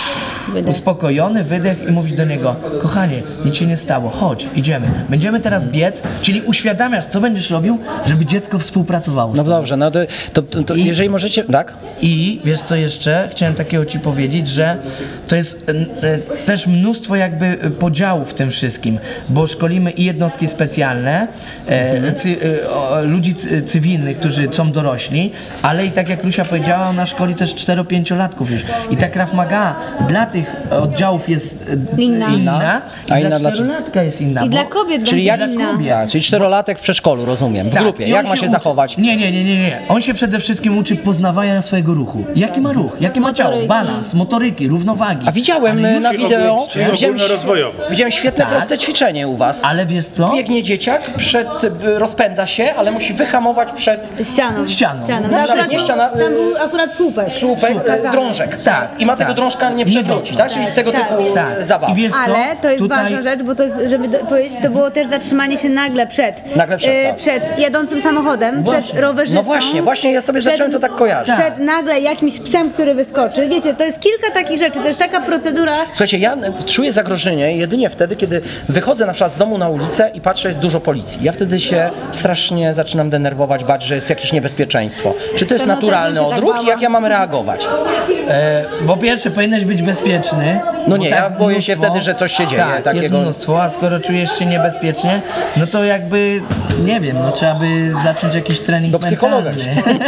uspokojony, wydech i mówić do niego: kochanie, nic się nie stało, chodź, idziemy. Będziemy teraz biec, czyli uświadamiasz, co będziesz robił, żeby dziecko współpracowało z No tobą. dobrze, no to, to, to, to I- jeżeli możecie... Tak? I wiesz co jeszcze? Chciałem takiego ci powiedzieć, że to jest e, e, też mnóstwo jakby e, podziałów w tym wszystkim, bo szkolimy i jednostki specjalne, e, cy, e, o, ludzi cy, cywilnych, którzy są dorośli, ale i tak jak Lucia powiedziała, ona szkoli też cztero-pięciolatków już. I ta Krav Maga dla tych oddziałów jest e, Inna. inna A i inna dla dla czterolatka jest inna. I bo- dla kobiet Czyli będzie jak- inna. kobiet. Tak, czyli czterolatek w przedszkolu, rozumiem, w Tak, grupie. i Jak on ma się uczy- zachować? Nie, nie, nie, nie, nie. On się przede wszystkim uczy poznawania swojego ruchu. Jaki ma ruch, jakie ma ciało, Motoryki. balans, motoryki, równowagi. A widziałem Ale e, już na się wideo, ogólnie- Czyli widziałem, ogólnorozwojowo. widziałem świetne, Tak. proste ćwiczenie u was. Ale wiesz co? Biegnie dzieciak, przed, e, rozpędza się, ale musi wyhamować przed Ścianą. Ścianą. Ścianą. No, Tam, nawet akurat, nie ściana, tam był akurat słupek. słupek, e, Pokazany. drążek. Tak, I ma tak. tego drążka nie przewrócić, tak? Czyli tego tak, typu Tak. zabaw. I wiesz co? Ale to jest Tutaj- ważna rzecz, bo to jest, żeby do, powiedzieć, to było też zatrzymanie się nagle przed, Nagle przed, e, tak. przed jadącym samochodem, przed rowerzystą. No właśnie, właśnie ja sobie przed- zacząłem to tak kojarzyć. Przed nagle jakimś psem, który wyskoczy. Wiecie, to jest kilka takich rzeczy, to jest taka procedura. Słuchajcie, ja czuję zagrożenie jedynie wtedy, kiedy wychodzę na przykład z domu na ulicę i patrzę, jest dużo policji. Ja wtedy się strasznie zaczynam denerwować, bać, że jest jakieś niebezpieczeństwo. Czy to jest To no, naturalny też bym się tak odruch i bała. jak ja mam reagować? E, bo pierwsze, powinieneś być bezpieczny. No bo nie, ja boję się wtedy, że coś się dzieje Tak, jest takiego. mnóstwo, a skoro czujesz się niebezpiecznie, no to jakby, nie wiem, no trzeba by zacząć jakiś trening Do psychologa. mentalny.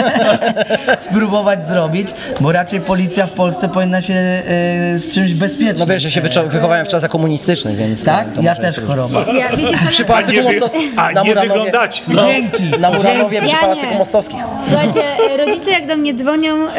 Spróbować zrobić, bo raczej policja w Polsce powinna się e, z czymś bezpiecznym. No wiesz, ja się wyczo- wychowałem w czasach komunistycznych, więc... Tak? to Ja może też jest- choroba. Ja, wiecie co, Przy na- Pałacyku nie wy- Mostowskim. a na nie Muranowie- wyglądacie. No, Dzięki. na Muranowie Dzięki. przy Ja Pałacyku nie. Mostowskim. Słuchajcie, e, rodzice jak do mnie dzwonią, e,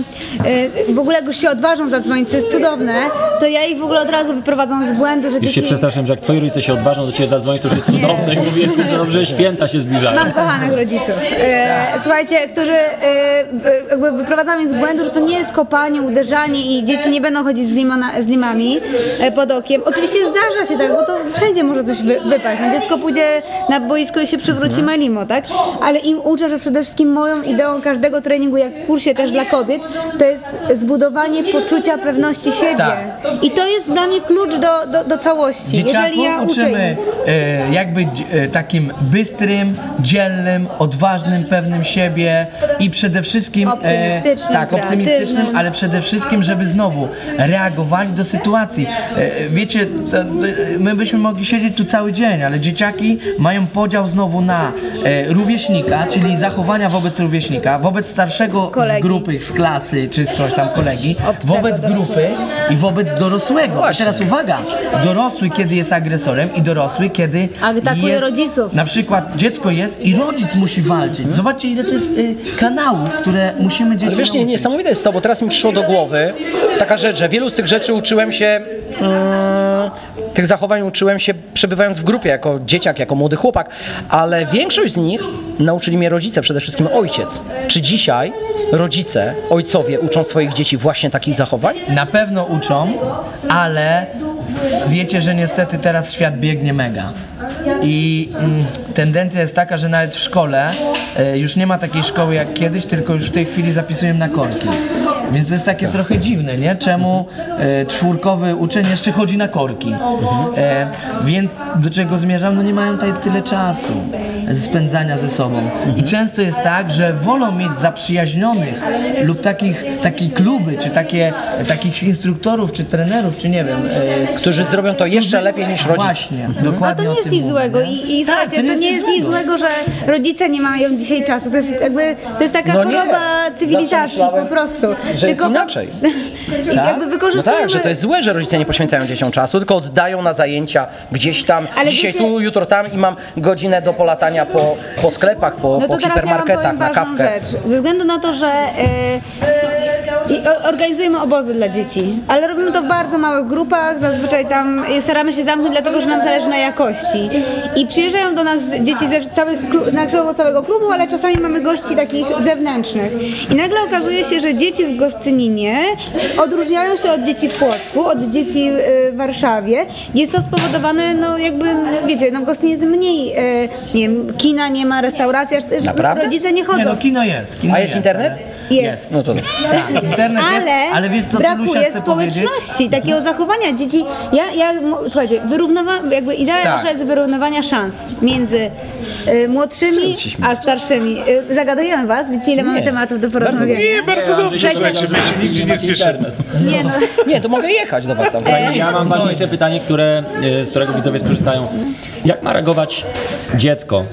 e, w ogóle jak już się odważą zadzwonić, co jest cudowne, to ja ich w ogóle od razu wyprowadzam z błędu, że Już się dzieci... przestraszyłem, że jak twoi rodzice się odważą do ciebie zadzwonić, to już jest cudowne i mówię, że dobrze, święta się zbliżają. Mam kochanych rodziców. E, słuchajcie, którzy e, e, jakby wyprowadzam ich z błędu, że to nie jest kopanie, uderzanie i dzieci nie będą chodzić z, limona, z limami e, pod okiem. Oczywiście zdarza się tak, bo to wszędzie może coś wy, wypaść. No, dziecko pójdzie na boisko i się przywróci Mhm. ma limo, tak? Ale im uczę, że przede wszystkim moją ideą każdego treningu, jak w kursie też dla kobiet, to jest zbudowanie poczucia pewności siebie. Tak. I to jest dla mnie klucz do, do, do całości. Dzieciaków Jeżeli ja uczę uczymy ich. e, jak być e, takim bystrym, dzielnym, odważnym, pewnym siebie i przede wszystkim Optymistycznym, tak, optymistycznym, kreatywnym. ale przede wszystkim, żeby znowu reagować do sytuacji. E, wiecie, to, to, my byśmy mogli siedzieć tu cały dzień, ale dzieciaki mają podział znowu na e, rówieśnika, czyli zachowania wobec rówieśnika, wobec starszego Kolegi. z grupy, z klasy, czy skądś tam kolegi, Obcego wobec grupy dorosłego. i wobec dorosłego. I teraz uwaga, dorosły kiedy jest agresorem i dorosły kiedy Atakuje jest, rodziców. na przykład dziecko jest i rodzic musi walczyć. Zobaczcie ile to jest y, kanałów, które musimy dzieci Ale wiesz, nie, nauczyć. niesamowite jest to, bo teraz mi przyszło do głowy taka rzecz, że wielu z tych rzeczy uczyłem się, mm, tych zachowań uczyłem się przebywając w grupie, jako dzieciak, jako młody chłopak, ale większość z nich nauczyli mnie rodzice, przede wszystkim ojciec. Czy dzisiaj rodzice, ojcowie uczą swoich dzieci właśnie takich zachowań? Na pewno uczą, ale wiecie, że niestety teraz świat biegnie mega. I mm, tendencja jest taka, że nawet w szkole e, już nie ma takiej szkoły jak kiedyś, tylko już w tej chwili zapisują na korki. Więc to jest takie trochę dziwne, nie? Czemu e, czwórkowy uczeń jeszcze chodzi na korki? E, więc do czego zmierzam? No nie mają tutaj tyle czasu. spędzania ze sobą. I często jest tak, że wolą mieć zaprzyjaźnionych lub takich, takie kluby, czy takie, takich instruktorów, czy trenerów, czy nie wiem. E, Którzy zrobią to jeszcze lepiej niż rodzice. Właśnie, A dokładnie to nie o jest tym nic mówię, złego nie? i, i Tak, słuchajcie, to to nie jest nic złego, że rodzice nie mają dzisiaj czasu. To jest jakby, to jest taka No nie. choroba Zawsze cywilizacji myślałem, po prostu. że jest inaczej. jakby No wykorzystujemy... tak, że to jest złe, że rodzice nie poświęcają dzieciom czasu, tylko oddają na zajęcia gdzieś tam, Ale dzisiaj wiecie- tu, jutro tam i mam godzinę do polatania po, po sklepach, po, No po to teraz ja wam hipermarketach, powiem na ważną kawkę. rzecz. Ze względu na to, że e, i o- organizujemy obozy dla dzieci, ale robimy to w bardzo małych grupach, zazwyczaj tam staramy się zamknąć, dlatego że nam zależy na jakości. I przyjeżdżają do nas dzieci ze całych, klu- naszego całego klubu, ale czasami mamy gości takich zewnętrznych. I nagle okazuje się, że dzieci w Gostyninie odróżniają się od dzieci w Płocku, od dzieci w Warszawie. Jest to spowodowane, no jakby, wiecie, no w Gostyninie jest mniej, e, nie wiem, kina nie ma, restauracja, że Naprawdę? rodzice nie chodzą. Nie no, kino jest. Kino A jest internet? ale- Jest. No to Tak, internet jest, Ale, ale wiesz co brakuje Tulusia chce powiedzieć? społeczności, takiego zachowania dzieci. Ja, ja m- słuchajcie, wyrównowa, jakby idea Tak. nasza jest wyrównywania szans między y, młodszymi a starszymi. Y, zagadujemy was, wiecie ile mamy Nie. tematów do porozmawiania. Nie, bardzo dobrze, słuchajcie, my się nigdzie nie spieszymy. Nie no. nie, to mogę jechać do was tam. Ja mam ważniejsze pytanie, które, y, z którego widzowie skorzystają. Jak ma reagować dziecko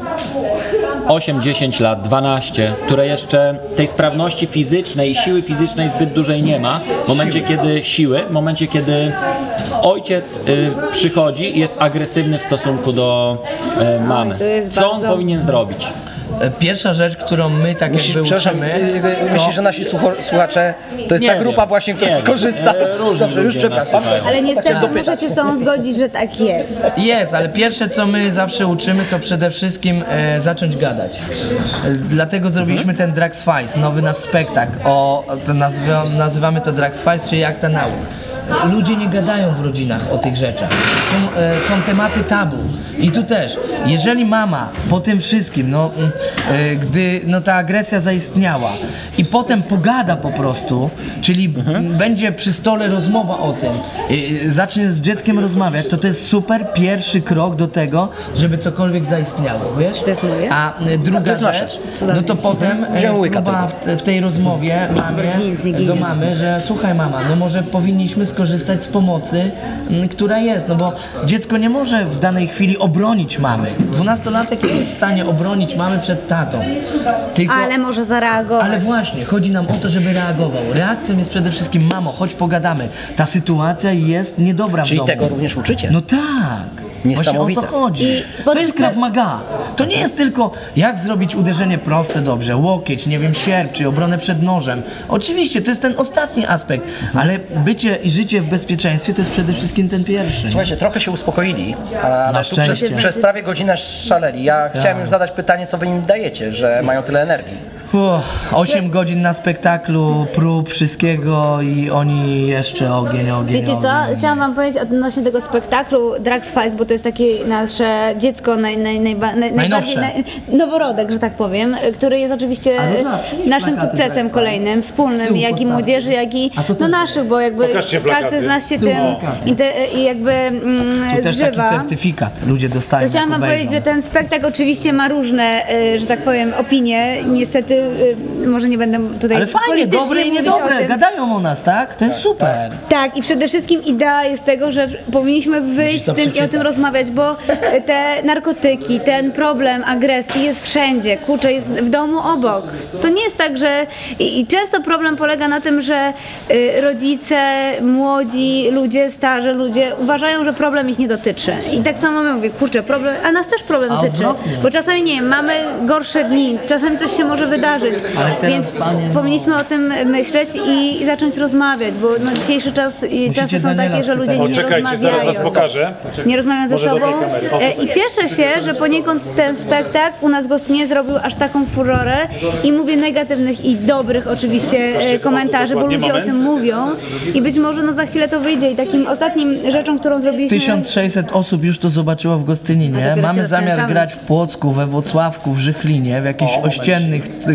osiem, dziesięć lat, dwanaście, które jeszcze tej sprawności fizycznej i siły fizycznej zbyt dużej nie ma, w momencie kiedy siły, w momencie kiedy ojciec y, przychodzi i jest agresywny w stosunku do y, mamy. to jest Co on bardzo- powinien zrobić? Pierwsza rzecz, którą my tak Myślisz, jakby przepraszam, uczymy, y, y, myślisz, że nasi słucho- słuchacze to jest Nie ta grupa wiem, właśnie, która nie wiem. skorzysta? E, różni Dobrze, już ludzie nas przepraszam. słuchają. Ale niestety Chciałem muszę dopytać. się z tobą zgodzić, że tak jest. Jest, ale pierwsze co my zawsze uczymy to przede wszystkim e, zacząć gadać. E, dlatego zrobiliśmy ten Drags Files, nowy nasz spektakl. O, to nazywa, nazywamy to Drags Files, czyli jak ta nauk. Ludzie nie gadają w rodzinach o tych rzeczach. Są, e, są tematy tabu. I tu też, jeżeli mama po tym wszystkim, no, mm, e, gdy no, ta agresja zaistniała i potem pogada po prostu, czyli m, będzie przy stole rozmowa o tym, e, zacznie z dzieckiem rozmawiać, to to jest super pierwszy krok do tego, żeby cokolwiek zaistniało, wiesz? To jest moje? A e, druga jest nasze. rzecz, no to potem e, Wziąłem łyka próba w, w tej rozmowie mamie, Nic nie ginie. do mamy, że słuchaj mama, no może powinniśmy skorzystać z pomocy, m, która jest, no bo dziecko nie może w danej chwili obronić mamy. Dwunastolatek nie jest w stanie obronić mamy przed tatą. Tylko, Ale może zareagować. ale właśnie, chodzi nam o to, żeby reagował. Reakcją jest przede wszystkim mamo, chodź pogadamy. Ta sytuacja jest niedobra w Czyli domu. tego również uczycie? No tak. Właśnie o Niesamowite. to chodzi. I To pod- jest Krav Maga. To nie jest tylko jak zrobić uderzenie proste dobrze, łokieć, nie wiem, sierp czy obronę przed nożem. Oczywiście, to jest ten ostatni aspekt, ale bycie i życie w bezpieczeństwie to jest przede wszystkim ten pierwszy. Słuchajcie, trochę się uspokoili, ale tu szczęście. przez, przez prawie godzinę szaleli. Ja chciałem już zadać pytanie, co wy im dajecie, że mają tyle energii. Uff, osiem godzin na spektaklu, prób, wszystkiego i oni jeszcze ogień, ogień, Wiecie co? ogień. Chciałam wam powiedzieć odnośnie tego spektaklu Drags Files, bo to jest takie nasze dziecko naj, naj, najba, naj, najbardziej Najnowsze. naj, noworodek, że tak powiem, który jest oczywiście Ale zobacz, przynieś naszym plakaty sukcesem Drags kolejnym, Files. Z wspólnym, tyłu jak i postawię. młodzieży, jak i A to no też. naszych, bo jakby Pokażcie plakaty. każdy z nas się Z tyłu tym plakaty. inte, i jakby mm, Tu też taki zżywa. certyfikat ludzie dostają. To chciałam jak wam powiedzieć, obejrzą. że ten spektakl oczywiście ma różne, y, że tak powiem, opinie. Niestety, y, może nie będę tutaj Ale fajnie, politycznie dobre i mówić o niedobre, tym. gadają o nas, tak? To jest super. Tak, i przede wszystkim idea jest tego, że powinniśmy wyjść z to tym i o przeczytać. tym rozmawiać, bo te narkotyki, ten problem agresji jest wszędzie, kurczę, jest w domu obok. To nie jest tak, że... I, i często problem polega na tym, że y, rodzice, młodzi ludzie, starzy ludzie uważają, że problem ich nie dotyczy. I tak samo my mówię, kurczę, problem... A nas też problem A dotyczy. odwrotnie. Bo czasami, nie wiem, mamy gorsze dni, czasami coś się może wydarzyć, Ale teraz, więc panie, no. powinniśmy o tym myśleć i zacząć rozmawiać, bo no, dzisiejszy czas i czasy są Daniela takie, że ludzie spytać. nie O, czekajcie, zaraz rozmawiają. was pokażę. Nie rozmawiają ze Może do tej sobą. kamery. O, E, I cieszę się, że poniekąd ten spektakl u nas w Gostyninie zrobił aż taką furorę i mówię negatywnych i dobrych oczywiście e, komentarzy, bo dokładnie, ludzie o moment. tym mówią i być może no za chwilę to wyjdzie i takim ostatnim rzeczą, którą zrobiliśmy... tysiąc sześćset osób już to zobaczyło w A Gostyninie. dopiero Mamy się zamiar rozkręcamy. grać w Płocku, we Włocławku, w Żychlinie, w jakichś ościennych, t-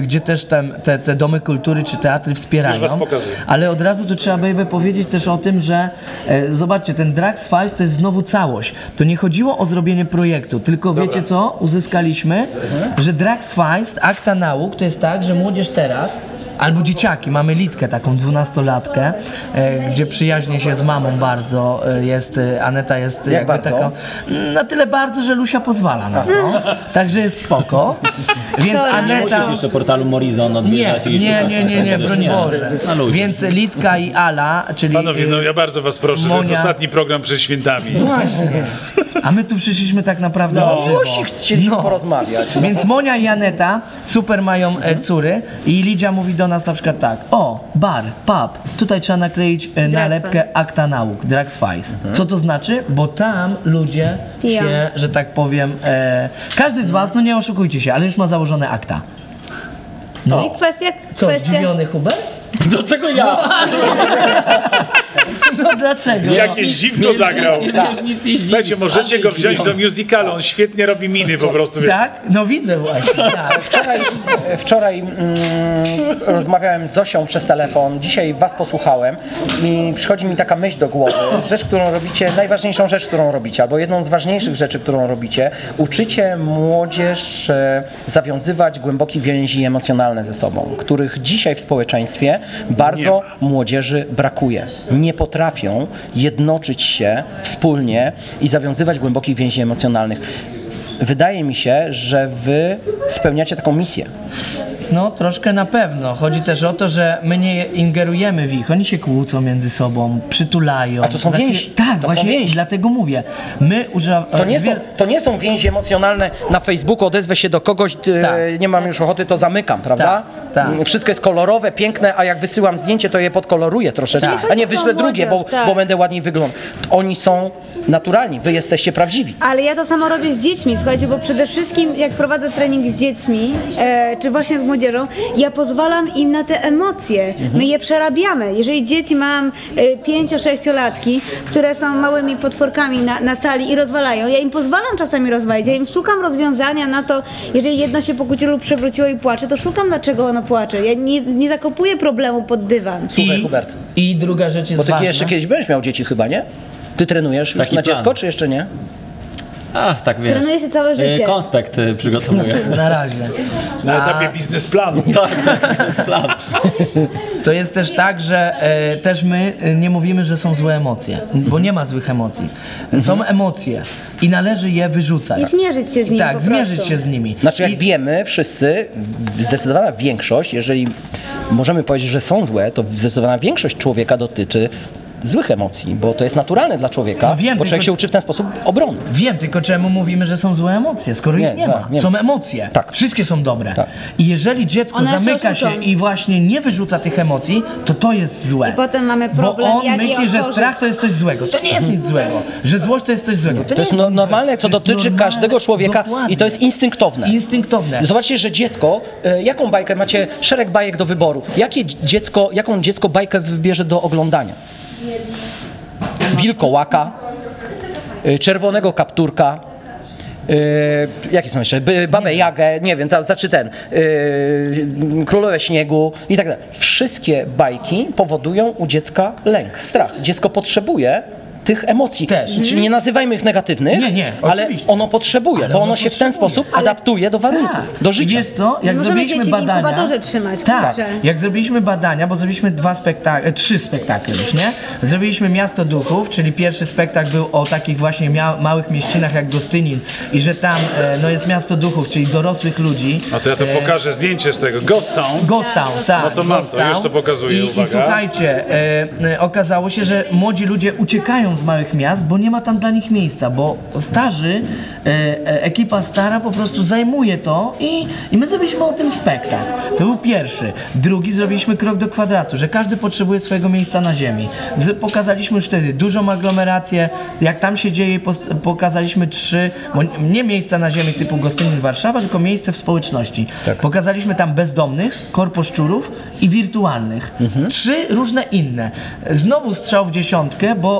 gdzie też tam te, te domy kultury czy teatry wspierają. Już was pokazuję. Ale od razu tu trzeba by powiedzieć też o tym, że e, zobaczcie, ten Drags Files to jest znowu całość. To nie chodziło o zrobienie projektu, tylko Dobra. wiecie co? Uzyskaliśmy, że Drags Files, akta nauk, to jest tak, że młodzież teraz albo dzieciaki, mamy Litkę, taką dwunastolatkę, e, gdzie przyjaźni się z mamą bardzo, e, jest, e, Aneta jest Jak jakby bardzo? taka, na tyle bardzo, że Lusia pozwala na to, także jest spoko, więc Sorry. Nie Aneta... musisz jeszcze portalu Morizon Nie, odwiedzać i nie, szukać nie, nie, nie, tego, broń że Boże. to jest na luzie. Więc Litka i Ala, czyli... Panowie, no y, ja bardzo was proszę, to jest Monia- ostatni program przed świętami. Właśnie. A my tu przyszliśmy tak naprawdę No, na żywo. miłości chcieliśmy porozmawiać. Więc Monia i Aneta super mają e, córy i Lidia mówi do nas na przykład tak: o, bar, pub, tutaj trzeba nakleić e, nalepkę akta nauk, Drags Files. Co to znaczy? Bo tam ludzie Piją. się, że tak powiem, e, każdy z was, no nie oszukujcie się, ale już ma założone akta. No i kwestia, Co, kwestia... zdziwiony Hubert? Dlaczego ja? No dlaczego? Jakieś dziwko zagrał. Już nic nie zdziwi. Słuchajcie, możecie go wziąć do musicalu, on świetnie robi miny po prostu. Tak? No widzę właśnie. Tak. Wczoraj, wczoraj mm, rozmawiałem z Zosią przez telefon, dzisiaj was posłuchałem i przychodzi mi taka myśl do głowy, rzecz, którą robicie, najważniejszą rzecz, którą robicie, albo jedną z ważniejszych rzeczy, którą robicie, uczycie młodzież e, zawiązywać głębokie więzi emocjonalne ze sobą, których dzisiaj w społeczeństwie bardzo młodzieży brakuje. Nie potrafią jednoczyć się wspólnie i zawiązywać głębokich więzi emocjonalnych. Wydaje mi się, że wy spełniacie taką misję. No, troszkę na pewno. Chodzi też o to, że my nie ingerujemy w ich. Oni się kłócą między sobą, przytulają. A to są Za chwilę- więzi. Tak, To są właśnie więzi. dlatego mówię. My używamy... To nie, są, to nie są więzi emocjonalne na Facebooku, odezwę się do kogoś, e, Tak. nie mam już ochoty, to zamykam, prawda? Tak, tak. Wszystko jest kolorowe, piękne, a jak wysyłam zdjęcie, to je podkoloruję troszeczkę, Tak. a nie wyślę drugie, bo, Tak. bo będę ładniej wyglądał. Oni są naturalni, wy jesteście prawdziwi. Ale ja to samo robię z dziećmi, słuchajcie, bo przede wszystkim jak prowadzę trening z dziećmi, e, czy właśnie z młodzieżą, ja pozwalam im na te emocje. My je przerabiamy. Jeżeli dzieci mam e, pięcio-sześciolatki, które są małymi potworkami na, na sali i rozwalają, ja im pozwalam czasami rozwalić, ja im szukam rozwiązania na to, jeżeli jedno się pokłóciło lub przewróciło i płacze, to szukam dlaczego ono płacze. Ja nie, nie zakopuję problemu pod dywan. Słuchaj, Hubert, I druga rzecz jest bo ty ważna. jeszcze kiedyś będziesz miał dzieci chyba, nie? Ty trenujesz już Taki na plan. dziecko, czy jeszcze nie? Ach, tak wiesz. Trenuje się całe życie. E, Konspekt e, przygotowuję. Na razie. Na etapie biznesplanu. Tak, to jest plan. To jest też tak, że e, też my e, nie mówimy, że są złe emocje, bo nie ma złych emocji. Są emocje i należy je wyrzucać. I zmierzyć się z nimi Tak, po zmierzyć prostu. się z nimi. Znaczy, jak I, wiemy wszyscy, zdecydowana większość, jeżeli możemy powiedzieć, że są złe, to zdecydowana większość człowieka dotyczy złych emocji, bo to jest naturalne dla człowieka, No wiem, bo człowiek tylko- się uczy w ten sposób obrony. Wiem, tylko czemu mówimy, że są złe emocje, skoro Nie, ich nie nie, ma. nie. Są emocje. Tak. Wszystkie są dobre. Tak. I jeżeli dziecko One zamyka jeszcze się uczą. i właśnie nie wyrzuca tych emocji, to to jest złe. I potem mamy problem, Bo on jak je myśli, że otworzyć. strach to jest coś złego. To nie jest nic złego. Że złość to jest coś złego. To, To nie jest jest no, nic normalne, złego. co To jest dotyczy normalne. każdego człowieka Dokładnie. i to jest instynktowne. Instynktowne. Zobaczcie, że dziecko, e, jaką bajkę, macie szereg bajek do wyboru, jakie dziecko, jaką dziecko bajkę wybierze do oglądania? Wilkołaka, e, Czerwonego Kapturka, e, jakie są jeszcze? B- Babę Jagę, nie wiem, tam, znaczy ten, e, Królowę Śniegu i tak dalej. Wszystkie bajki powodują u dziecka lęk, strach. Dziecko potrzebuje tych emocji. Też. Czyli nie nazywajmy ich negatywnych, Nie, nie, ale oczywiście. ono potrzebuje, Ale bo ono ono się w ten potrzebuje. sposób adaptuje do warunków, Tak. do I życia. wiesz co, jak Możemy zrobiliśmy dzieci w badania... inkubatorze trzymać, tak, kurczę. jak zrobiliśmy badania, bo zrobiliśmy dwa spektakle, trzy spektakle już, nie? Zrobiliśmy Miasto Duchów, czyli pierwszy spektakl był o takich właśnie mia- małych mieścinach jak Gostynin i że tam e, no jest Miasto Duchów, czyli dorosłych ludzi. A to ja to E, pokażę zdjęcie z tego. Ghost Town. Ghost Town, tak. No to mam Ghost to, Town. już to pokazuję, I, uwaga. I słuchajcie, e, e, okazało się, że młodzi ludzie uciekają z małych miast, bo nie ma tam dla nich miejsca, bo starzy, e, e, ekipa stara po prostu zajmuje to i, i my zrobiliśmy o tym spektakl. To był pierwszy. Drugi zrobiliśmy krok do kwadratu, że każdy potrzebuje swojego miejsca na ziemi. Z, pokazaliśmy już wtedy dużą aglomerację, jak tam się dzieje, pos, pokazaliśmy trzy, bo nie miejsca na ziemi typu Gostynin Warszawa, tylko miejsce w społeczności. Pokazaliśmy tam bezdomnych, korposzczurów i wirtualnych. Trzy różne inne. Znowu strzał w dziesiątkę, bo w tym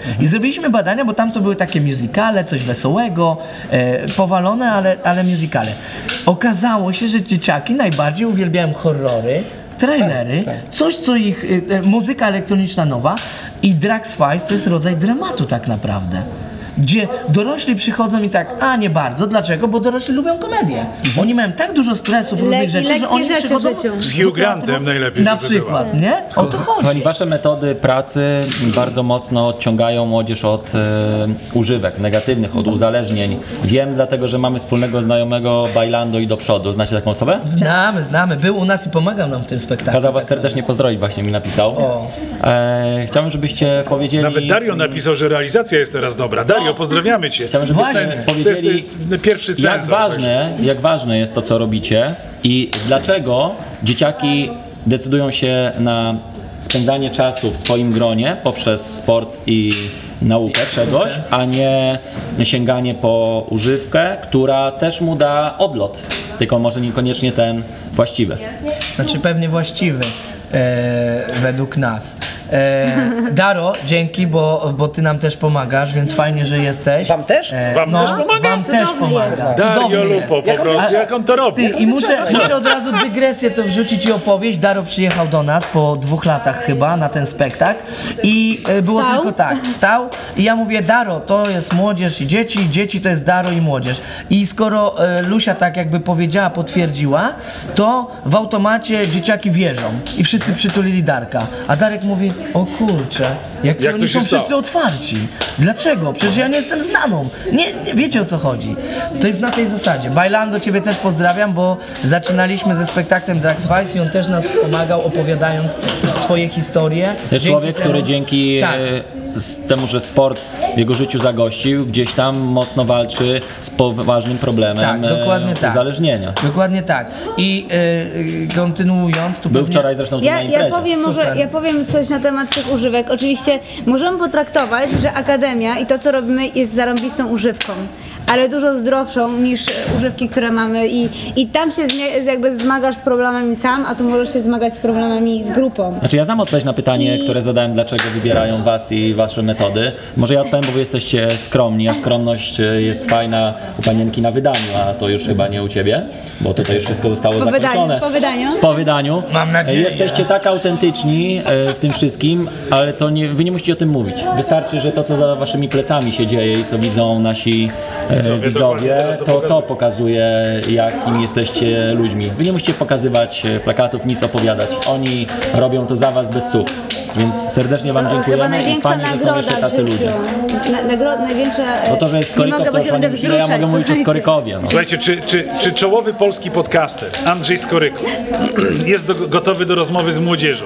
I zrobiliśmy badania, bo tam to były takie musicale, coś wesołego, e, powalone, ale, ale musicale. Okazało się, że dzieciaki najbardziej uwielbiają horrory, trailery, coś co ich, e, muzyka elektroniczna nowa i Drax Files to jest rodzaj dramatu tak naprawdę. Gdzie dorośli przychodzą i tak, a nie bardzo, dlaczego? Bo dorośli lubią komedię. Oni mają tak dużo stresów, różnych Leki- rzeczy, że oni lekkie rzeczy przychodzą... w życiu. Z Hugh Grantem najlepiej, Na żeby przykład, była. nie? O to Kochani, chodzi. wasze metody pracy bardzo mocno odciągają młodzież od e, używek negatywnych, od uzależnień. Wiem, dlatego że mamy wspólnego znajomego Bailando i do przodu. Znacie taką osobę? Znamy, znamy. Był u nas i pomagał nam w tym spektaklu. Kazał was serdecznie pozdrowić, właśnie mi napisał. O. E, chciałbym, żebyście powiedzieli... Nawet Dario napisał, że realizacja jest teraz dobra. Dario, pozdrawiamy cię. Chciałbym, żebyście Właśnie. To jest powiedzieli, y, pierwszy cenzor. jak ważne, jak ważne jest to, co robicie i dlaczego dzieciaki decydują się na spędzanie czasu w swoim gronie poprzez sport i naukę czegoś, a nie sięganie po używkę, która też mu da odlot, tylko może niekoniecznie ten właściwy. Znaczy pewnie właściwy. E, według nas. E, Daro, dzięki, bo, bo ty nam też pomagasz, więc fajnie, że jesteś. Wam też? E, Wam też pomaga? Wam też pomaga. Dario Cudowny Lupo, jest. po prostu, jak on to robi. Ty, I muszę, muszę od razu dygresję to wrzucić i opowieść. Daro przyjechał do nas po dwóch latach chyba na ten spektakl i e, było Wstał? tylko tak, wstał i ja mówię, Daro, to jest młodzież i dzieci, dzieci to jest Daro i młodzież. I skoro e, Lusia tak jakby powiedziała, potwierdziła, to w automacie dzieciaki wierzą i wszyscy przytulili Darka. A Darek mówi, o kurczę, jak, Jak to oni się są stało? wszyscy otwarci. Dlaczego? Przecież ja nie jestem znaną. Nie, nie wiecie o co chodzi. To jest na tej zasadzie. Bailando, ciebie też pozdrawiam, bo zaczynaliśmy ze spektaklem Drax Files i on też nas pomagał, opowiadając swoje historie. To jest Dzięki człowiek, temu- który dzięki Tak. e, z temu, że sport w jego życiu zagościł, gdzieś tam mocno walczy z poważnym problemem Tak, dokładnie e, tak. uzależnienia. Dokładnie tak. I y, y, kontynuując, tu Był pewnie... wczoraj zresztą tu Ja, na ja, imprezie. powiem może, Super. ja powiem coś na temat tych używek. Oczywiście możemy potraktować, że Akademia i to, co robimy, jest zarąbistą używką, ale dużo zdrowszą niż używki, które mamy i, i tam się zmie- jakby zmagasz z problemami sam, a tu możesz się zmagać z problemami z grupą. Znaczy ja znam odpowiedź na pytanie, I- które zadałem, dlaczego wybierają was i wasze metody. Może ja odpowiem, bo wy jesteście skromni, a skromność e, jest fajna u panienki na wydaniu, a to już chyba nie u ciebie, bo tutaj już wszystko zostało Po wydaniu, zakończone. po wydaniu. Po wydaniu. Mam nadzieję. Jesteście tak autentyczni e, w tym wszystkim, ale to nie, wy nie musicie o tym mówić. Wystarczy, że to, co za waszymi plecami się dzieje i co widzą nasi e, Widzowie, widzowie, dokładnie, teraz to to, to pokazuje. pokazuje, jakim jesteście ludźmi. Wy nie musicie pokazywać e, plakatów, nic opowiadać. Oni robią to za was bez słów. Więc serdecznie wam To chyba dziękujemy i największa fajnie, że są nagroda jeszcze w tacy życiu. ludzie. Na, nagro, największa... Bo to, że jest nie Skorykow, mogę, to bo już się o będę nim chwilę, ja wzruszać. mogę mówić o słuchajcie. Skorykowie. No. Słuchajcie, czy, czy, czy czołowy polski podcaster Andrzej Skoryko jest do, gotowy do rozmowy z młodzieżą?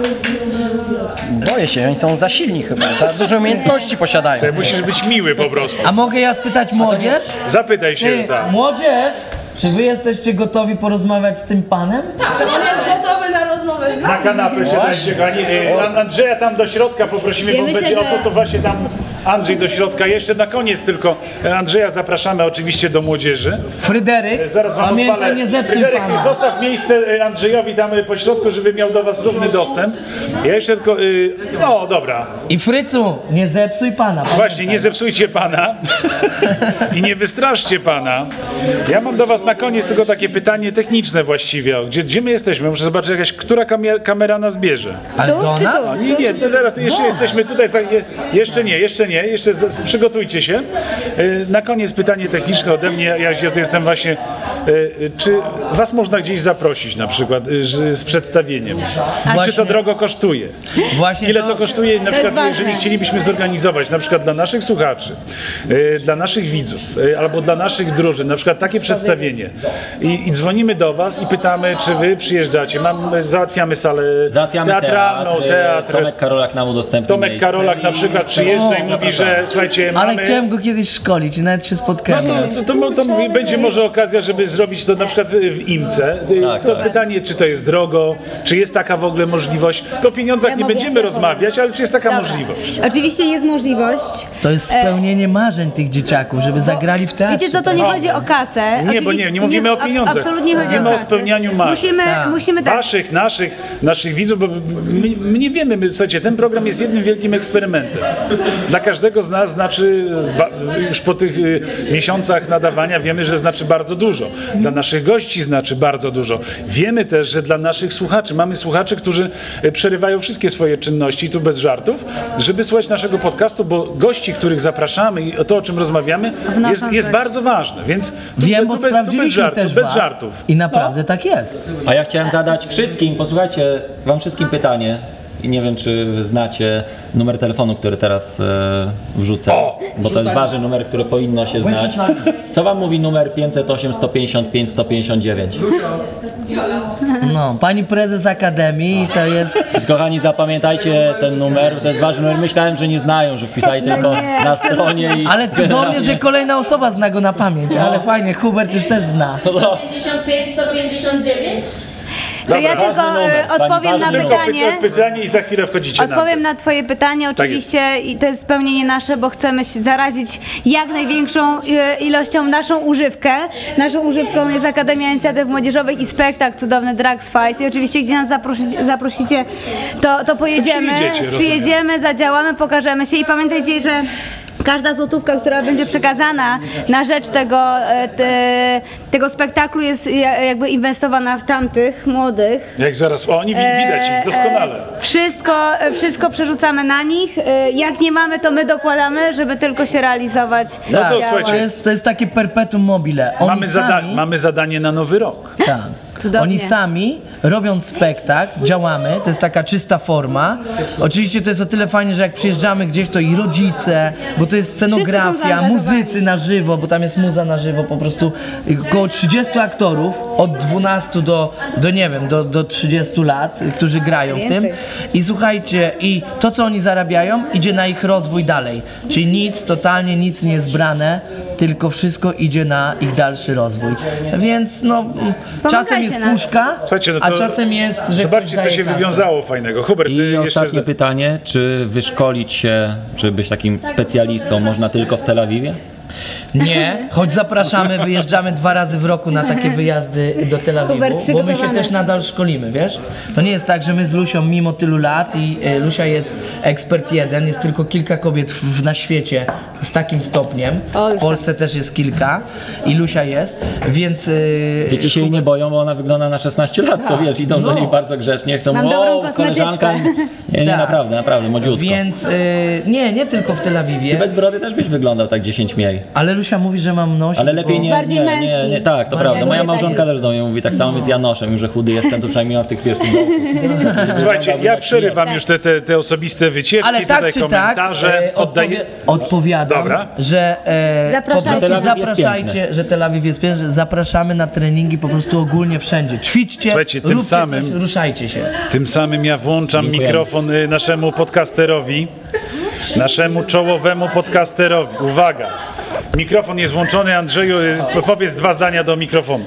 Boję się, oni są za silni chyba, za dużo umiejętności posiadają. To musisz być miły po prostu. A mogę ja spytać młodzież? Zapytaj się, Ty, tak. młodzież, czy wy jesteście gotowi porozmawiać z tym panem? Czy on jest gotowy na rozmowę z Na nami? kanapę się dajcie, kochani. E, An- Andrzeja tam do środka poprosimy, Ja bo myślę, będzie że- oto to właśnie tam Andrzej do środka. Jeszcze na koniec tylko e, Andrzeja zapraszamy oczywiście do młodzieży. Fryderyk, E, Zaraz wam pamiętaj, odpalę. nie zepsuj Fryderyk, pana. zostaw miejsce e, Andrzejowi tam e, po środku, żeby miał do was równy dostęp. Ja jeszcze tylko... y, O, dobra. I Frycu, nie zepsuj pana. Właśnie, nie zepsujcie pana i nie wystraszcie pana. Ja mam do was na koniec tylko takie pytanie techniczne właściwie. O, Gdzie, gdzie my jesteśmy? Muszę zobaczyć jakaś, która kamie- kamera nas bierze. Ale Tu do czy nas? tu? Nie, nie, to teraz jeszcze jesteśmy tutaj, za- je, jeszcze nie, jeszcze nie, jeszcze z- przygotujcie się. Y, Na koniec pytanie techniczne ode mnie, ja, ja tu jestem właśnie, y, y, czy was można gdzieś zaprosić na przykład y, z, z przedstawieniem? Czy Właśnie- to drogo kosztuje? Właśnie Ile to- to kosztuje na jest przykład, ważne. jeżeli chcielibyśmy zorganizować na przykład dla naszych słuchaczy, y, dla naszych widzów y, albo dla naszych drużyn, na przykład takie przedstawienie i, i dzwonimy do was i pytamy, czy wy przyjeżdżacie, Mam, załatwiamy salę Załatwiamy teatralną, teatr, teatr. Tomek Karolak nam udostępnił Tomek miejsce Karolak na i- przykład przyjeżdża i O, mówi, że słuchajcie, Ale mamy... chciałem go kiedyś szkolić i nawet się No spotkałem. to, to, to, to będzie może okazja, żeby z, zrobić to na przykład w, w IMCE. Tak, to tak. pytanie, czy to jest drogo, czy jest taka w ogóle możliwość. O pieniądzach Ja nie mogę, będziemy ja rozmawiać, ale czy jest taka Dobra. możliwość? Oczywiście jest możliwość. To jest spełnienie marzeń tych dzieciaków, żeby zagrali w teatrze. Wiecie co, to nie chodzi o kasę. Nie, bo nie, nie mówimy o ab- pieniądzach. Absolutnie chodzi Mówimy o o kasę. spełnianiu marzeń. Musimy, Tak. musimy tak. Waszych, naszych, naszych widzów, bo my, my nie wiemy, my, słuchajcie, ten program jest jednym wielkim eksperymentem. Dla każdego z nas znaczy, ba, już po tych y, miesiącach nadawania wiemy, że znaczy bardzo dużo. Dla naszych gości znaczy bardzo dużo. Wiemy też, że dla naszych słuchaczy, mamy słuchaczy, którzy y, przerywają wszystkie swoje czynności, tu bez żartów, żeby słuchać naszego podcastu, bo gości, których zapraszamy i o to, o czym rozmawiamy, jest, jest bardzo ważne, więc tu, Wiem, tu, bo bez, tu bez sprawdziliśmy żartów, też bez was żartów. i naprawdę tak jest. A ja chciałem zadać wszystkim, posłuchajcie, wam wszystkim pytanie i nie wiem, czy znacie numer telefonu, który teraz e, wrzucę, O! bo to jest ważny numer, który powinno się znać. Co wam mówi numer pięćset osiem, sto pięćdziesiąt pięć, sto pięćdziesiąt dziewięć? No, pani prezes Akademii to jest... Więc kochani, zapamiętajcie ten numer, to jest ważny numer. Myślałem, że nie znają, że wpisali tylko nie, na stronie i... Ale cudownie, że kolejna osoba zna go na pamięć, ale fajnie, Hubert już też zna. No, pięćdziesiąt pięć, sto pięćdziesiąt dziewięć? To ja ważny tylko numer, e, pani, odpowiem na ważny Tylko pytanie. pyta, pytanie i za chwilę wchodzicie Odpowiem na na Twoje pytanie. Oczywiście i to jest spełnienie nasze, bo chcemy się zarazić jak największą e, ilością naszą używkę. Naszą używką jest Akademia Inicjatyw Młodzieżowych i spektakl cudowny Drag Spice. I oczywiście, gdzie nas zaprosicie, zaprosicie to, to pojedziemy, To przyjedziecie, rozumiem. przyjedziemy, zadziałamy, pokażemy się i pamiętajcie, że każda złotówka, która będzie przekazana na rzecz tego, e, te, tego spektaklu jest ja- jakby inwestowana w tamtych młodych. Jak zaraz, o, oni wi- widać ich doskonale. E, wszystko, e, wszystko przerzucamy na nich. E, Jak nie mamy, to my dokładamy, żeby tylko się realizować. No to działa. słuchajcie, To jest, to jest takie perpetuum mobile. Oni Mamy, zada- sami, mamy zadanie na nowy rok. tak. Cudownie. Oni sami, robiąc spektakl, działamy, to jest taka czysta forma. Oczywiście to jest o tyle fajnie, że jak przyjeżdżamy gdzieś, to i rodzice, bo to jest Wszyscy scenografia, są zaangażowani. muzycy na żywo, bo tam jest muza na żywo, po prostu około trzydziestu aktorów, od dwunastu do, do nie wiem, do, do trzydziestu lat, którzy grają w tym. I słuchajcie, i to, co oni zarabiają, idzie na ich rozwój dalej. Czyli nic, totalnie nic nie jest brane, tylko wszystko idzie na ich dalszy rozwój. Więc no, czasem jest nas. puszka, Słuchajcie, no to a czasem jest, że zobaczcie, ktoś co daje się kasę. wywiązało fajnego. Hubert, ty I jeszcze... ostatnie zda- pytanie, czy wyszkolić się, czy być takim specjalistą można tylko w Tel Awiwie? Nie, choć zapraszamy, wyjeżdżamy dwa razy w roku na takie wyjazdy do Tel Hubert Awiwu, bo my się przygotowany. też nadal szkolimy, wiesz? To nie jest tak, że my z Lusią mimo tylu lat i e, Lusia jest ekspert jeden, jest tylko kilka kobiet w, na świecie z takim stopniem, w Polsce też jest kilka i Lusia jest, więc... e, Dzieci się jej nie boją, bo ona wygląda na szesnaście lat, to wiesz, idą do No. niej bardzo grzecznie, chcą, Mam dobrą o, kosmetyczkę. koleżanka. Nie, nie, Tak. naprawdę, naprawdę, młodziutko. Więc e, nie, nie tylko w Tel Awiwie, Bez brody też byś wyglądał tak dziesięć mniej. ale Lusia mówi, że mam nosić, Ale lepiej bo... nie, Bardziej nie, męski. nie, nie, tak, to Bardziej prawda. Moja męski małżonka jest. też do mnie mówi tak samo, więc ja noszę, mimo że chudy jestem, to przynajmniej mam tych wiesz, tych Słuchajcie, ja przerywam już te, te, te osobiste wycieczki, Ale tak tutaj czy tak, komentarze. e, odpowie, odpowiadam, Dobra. że e, po Zapraszajcie. prostu Tel Awiw jest zapraszajcie, piękny. że Tel Awiw jest piękny, że zapraszamy na treningi po prostu ogólnie wszędzie. Ćwiczcie, Słuchajcie, tym róbcie samym- coś, ruszajcie się. Tym samym ja włączam Dziękujemy. mikrofon y, naszemu podcasterowi, naszemu czołowemu podcasterowi. Uwaga! Mikrofon jest włączony, Andrzeju, y, powiedz dwa zdania do mikrofonu.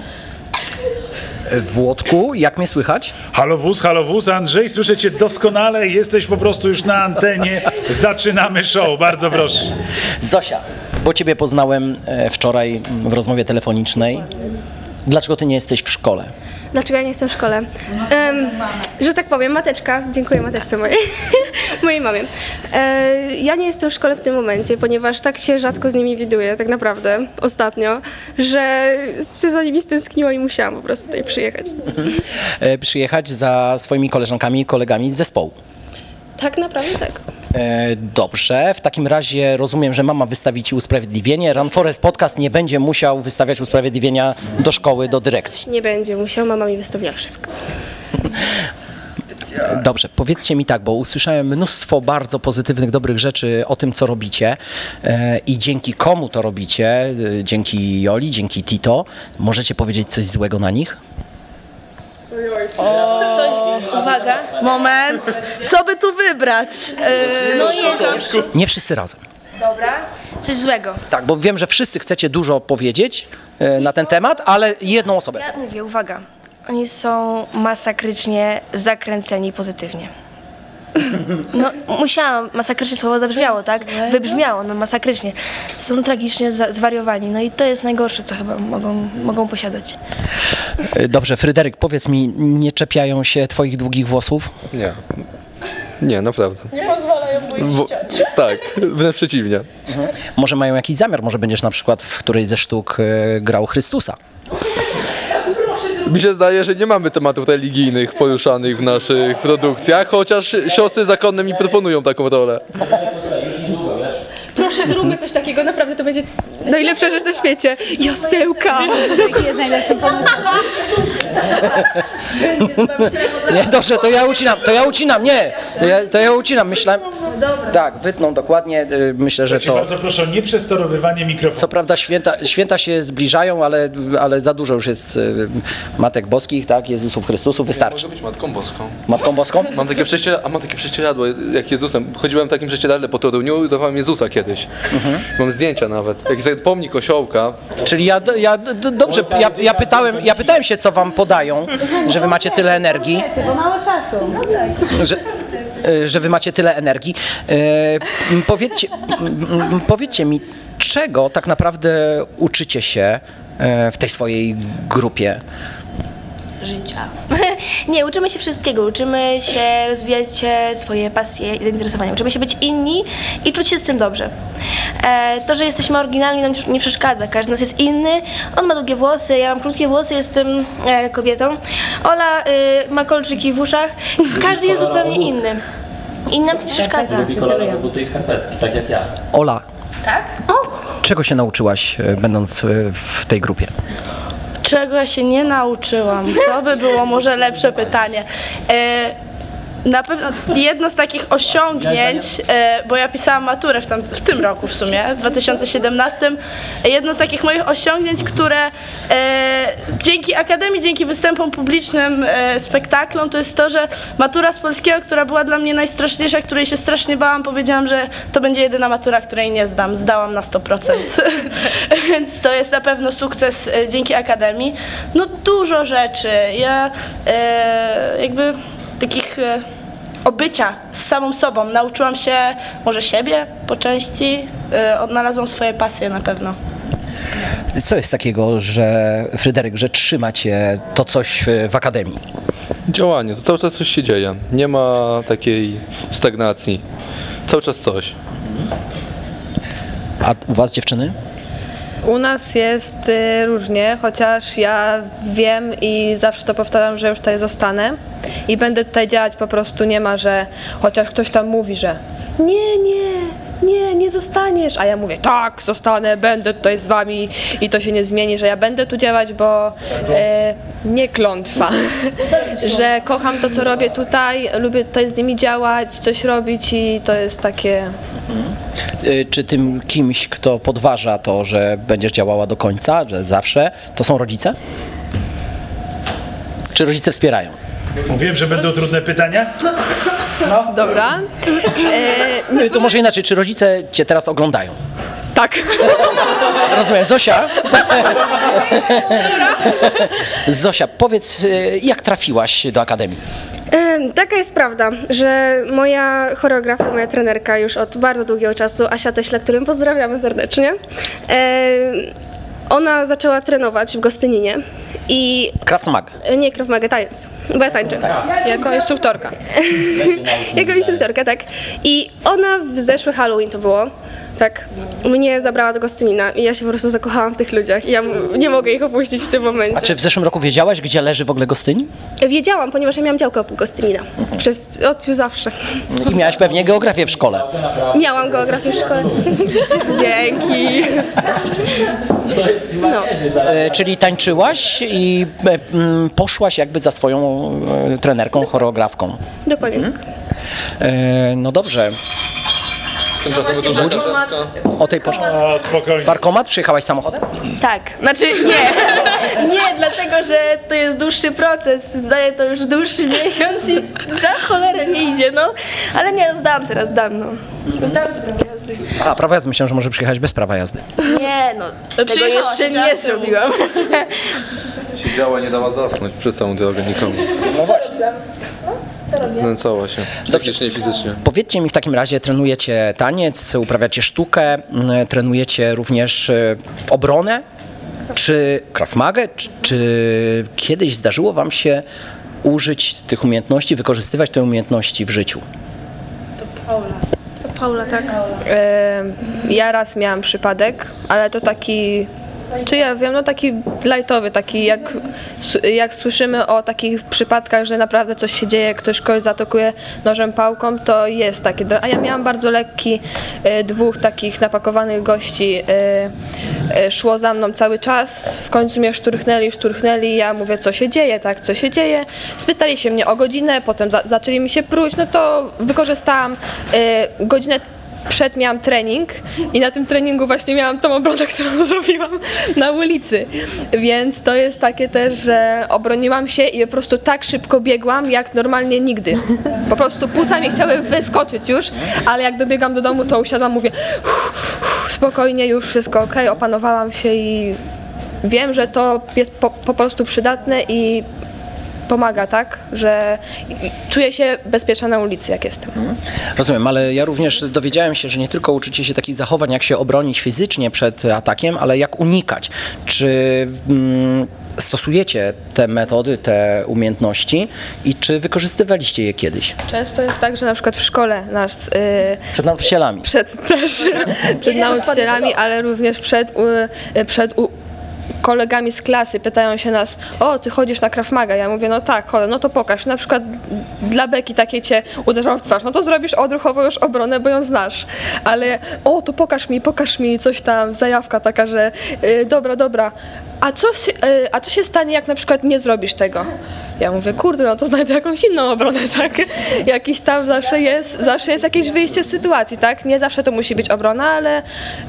Włodku, jak mnie słychać? Halo wóz, halo wóz, Andrzej, słyszę cię doskonale, jesteś po prostu już na antenie, zaczynamy show, bardzo proszę. Zosia, bo ciebie poznałem e, wczoraj w rozmowie telefonicznej. Dlaczego ty nie jesteś w szkole? Dlaczego ja nie jestem w szkole? Em, że tak powiem, mateczka, dziękuję mateczce mojej, mojej mamie. E, ja nie jestem w szkole w tym momencie, ponieważ tak się rzadko z nimi widuję, tak naprawdę, ostatnio, że się za nimi stęskniłam i musiałam po prostu tutaj przyjechać. E, przyjechać za swoimi koleżankami i kolegami z zespołu. Tak naprawdę tak. E, dobrze, w takim razie rozumiem, że mama wystawi ci usprawiedliwienie. Run Forest Podcast nie będzie musiał wystawiać usprawiedliwienia do szkoły, do dyrekcji. Nie będzie musiał, mama mi wystawiła wszystko. Dobrze, powiedzcie mi tak, bo usłyszałem mnóstwo bardzo pozytywnych, dobrych rzeczy o tym, co robicie e, i dzięki komu to robicie, e, dzięki Joli, dzięki Tito. Możecie powiedzieć coś złego na nich? Uwaga. Moment, co by tu wybrać? Yy, No jest. Nie wszyscy razem. Dobra. coś złego. Tak, bo wiem, że wszyscy chcecie dużo powiedzieć e, na ten temat, ale jedną osobę. Ja mówię, uwaga, oni są masakrycznie zakręceni pozytywnie. No, musiałam, masakrycznie słowo zabrzmiało, tak? Wybrzmiało, no masakrycznie. Są tragicznie za- zwariowani, no i to jest najgorsze, co chyba mogą, mogą posiadać. E, Dobrze, Fryderyk, powiedz mi, nie czepiają się twoich długich włosów? Nie. Nie, naprawdę. Nie pozwalają mu Bo, tak, wręcz przeciwnie. Mhm. Może mają jakiś zamiar, może będziesz na przykład w którejś ze sztuk e, grał Chrystusa. Mi się zdaje, że nie mamy tematów religijnych poruszanych w naszych produkcjach, chociaż siostry zakonne mi proponują taką rolę. Proszę, zróbmy coś takiego, naprawdę to będzie najlepsza rzecz na świecie. Jasełka! Taki jest najlepszy pomysł. Nie, dobrze, to ja ucinam, to ja ucinam, nie, to ja, to ja ucinam, myślałem. Tak, wytną dokładnie, y, myślę, że to... Bardzo proszę o nieprzestorowywanie mikrofonu. Co prawda święta, święta się zbliżają, ale, ale za dużo już jest y, Matek Boskich, tak, Jezusów Chrystusów, wystarczy. Mogę być Matką Boską. Matką Boską? Mam takie prześcieradło, a mam takie prześcieradło jak Jezusem. Chodziłem w takim prześcieradle po Toruniu i dawałem Jezusa kiedyś. Mhm. Mam zdjęcia nawet. Jak jest pomnik osiołka. Czyli ja, ja d- dobrze, ja, ja, pytałem, ja pytałem się, co wam podają, że wy macie tyle energii. Bo mało czasu. No tak. Że, y, że wy macie tyle energii. Y, powiedzcie, m, powiedzcie mi, czego tak naprawdę uczycie się y, w tej swojej grupie? Życia. Nie, uczymy się wszystkiego. Uczymy się rozwijać e, swoje pasje i zainteresowania. Uczymy się być inni i czuć się z tym dobrze. E, to, że jesteśmy oryginalni, nam nie przeszkadza. Każdy z nas jest inny. On ma długie włosy, ja mam krótkie włosy, jestem e, kobietą. Ola e, ma kolczyki w uszach. Każdy jest zupełnie inny. I nam to nie przeszkadza. Lubi kolorowe buty i skarpetki, tak jak ja. Ola, Tak? czego się nauczyłaś, y, będąc y, w tej grupie? Czego ja się nie nauczyłam? To by było może lepsze pytanie. E, na pewno jedno z takich osiągnięć, e, bo ja pisałam maturę w, tam, w tym roku w sumie, w dwa tysiące siedemnastym, jedno z takich moich osiągnięć, które e, dzięki Akademii, dzięki występom publicznym, e, spektaklom, to jest to, że matura z polskiego, która była dla mnie najstraszniejsza, której się strasznie bałam, powiedziałam, że to będzie jedyna matura, której nie zdam. Zdałam na sto procent. Więc to jest na pewno sukces e, dzięki Akademii. No dużo rzeczy. Ja e, jakby takich e, obycia z samą sobą. Nauczyłam się może siebie po części, e, odnalazłam swoje pasje na pewno. Co jest takiego, że Fryderyk, że trzyma cię to coś w, w Akademii? Działanie, to cały czas coś się dzieje. Nie ma takiej stagnacji. Cały czas coś. A u was, dziewczyny? U nas jest y, różnie, chociaż ja wiem i zawsze to powtarzam, że już tutaj zostanę i będę tutaj działać, po prostu nie ma, że chociaż ktoś tam mówi, że nie, nie, nie, nie zostaniesz, a ja mówię tak, zostanę, będę tutaj z wami i to się nie zmieni, że ja będę tu działać, bo e, nie klątwa, że kocham to, co robię tutaj, lubię tutaj z nimi działać, coś robić i to jest takie... Y, Czy tym kimś, kto podważa to, że będziesz działała do końca, że zawsze, to są rodzice? Czy rodzice wspierają? Mówiłem, że będą trudne pytania? No. Dobra. E, Y, To może inaczej, czy rodzice cię teraz oglądają? tak. Rozumiem. Zosia? Zosia, powiedz, y, jak trafiłaś do Akademii? Em, Taka jest prawda, że moja choreografka, moja trenerka już od bardzo długiego czasu, Asia Teśla, którym pozdrawiamy serdecznie, em, ona zaczęła trenować w Gostyninie i... Krav Maga. Nie, Krav Maga, taniec, bo ja tańczę. Jako instruktorka. Jako instruktorka, tak. I ona w zeszły Halloween to było, tak, mnie zabrała do Gostynina i ja się po prostu zakochałam w tych ludziach i ja m- nie mogę ich opuścić w tym momencie. A czy w zeszłym roku wiedziałaś, gdzie leży w ogóle Gostyń? Wiedziałam, ponieważ ja miałam działkę obok Gostynina. Przez, od zawsze. I miałaś pewnie geografię w szkole. Miałam geografię w szkole. Dzięki. No. E, czyli tańczyłaś i e, m, poszłaś jakby za swoją e, trenerką, choreografką. Dokładnie tak. E, no dobrze. Tymczasem duża Budzi? O tej porze. A, spokojnie. Parkomat? Przyjechałaś samochodem? Tak, znaczy nie, nie, dlatego że to jest dłuższy proces, zdaję to już dłuższy miesiąc i za cholerę nie idzie, no. Ale nie, zdam teraz, zdam, no. Zdam prawo jazdy. A, prawo jazdy. Myślałem, że może przyjechać bez prawa jazdy. Nie, no, tego jeszcze nie zrobiłam. Siedziała, nie dała zasnąć przez całą drogę nikomu. No właśnie. Znęcała się, psychicznie i fizycznie. Powiedzcie mi w takim razie, trenujecie taniec, uprawiacie sztukę, mm, trenujecie również e, obronę, czy Krav Magę, czy, czy kiedyś zdarzyło wam się użyć tych umiejętności, wykorzystywać te umiejętności w życiu? To Paula, tak. E, ja raz miałam przypadek, ale to taki, czy ja wiem, no taki lightowy, taki jak, jak słyszymy o takich przypadkach, że naprawdę coś się dzieje, ktoś kogoś zaatakuje nożem, pałką, to jest takie. A ja miałam bardzo lekki, e, dwóch takich napakowanych gości e, e, szło za mną cały czas, w końcu mnie szturchnęli, szturchnęli, ja mówię, co się dzieje, tak, co się dzieje. Spytali się mnie o godzinę, potem za, zaczęli mi się pruć, no to wykorzystałam e, godzinę przed miałam trening i na tym treningu właśnie miałam tą obronę, którą zrobiłam na ulicy. Więc to jest takie też, że obroniłam się i po prostu tak szybko biegłam, jak normalnie nigdy. Po prostu płuca mi chciały wyskoczyć już, ale jak dobiegam do domu, to usiadłam, mówię uff, uff, spokojnie, już wszystko okej, okay, opanowałam się i wiem, że to jest po, po prostu przydatne i pomaga, tak, że czuję się bezpieczna na ulicy, jak jestem. Rozumiem, ale ja również dowiedziałem się, że nie tylko uczycie się takich zachowań, jak się obronić fizycznie przed atakiem, ale jak unikać. Czy mm, stosujecie te metody, te umiejętności i czy wykorzystywaliście je kiedyś? Często jest tak, że na przykład w szkole nas... Yy, przed nauczycielami? Przed też, przed nauczycielami, ale również przed, yy, przed u, kolegami z klasy pytają się nas, o, ty chodzisz na Krav Maga. Ja mówię, no tak, chodzę, no to pokaż. Na przykład dla beki takie cię uderzą w twarz, no to zrobisz odruchowo już obronę, bo ją znasz. Ale, o, to pokaż mi, pokaż mi coś tam, zajawka taka, że yy, dobra, dobra. A co, yy, a co się stanie, jak na przykład nie zrobisz tego? Ja mówię, kurde, no to znajdę jakąś inną obronę, tak? Jakiś tam zawsze jest, zawsze jest jakieś wyjście z sytuacji, tak? Nie zawsze to musi być obrona, ale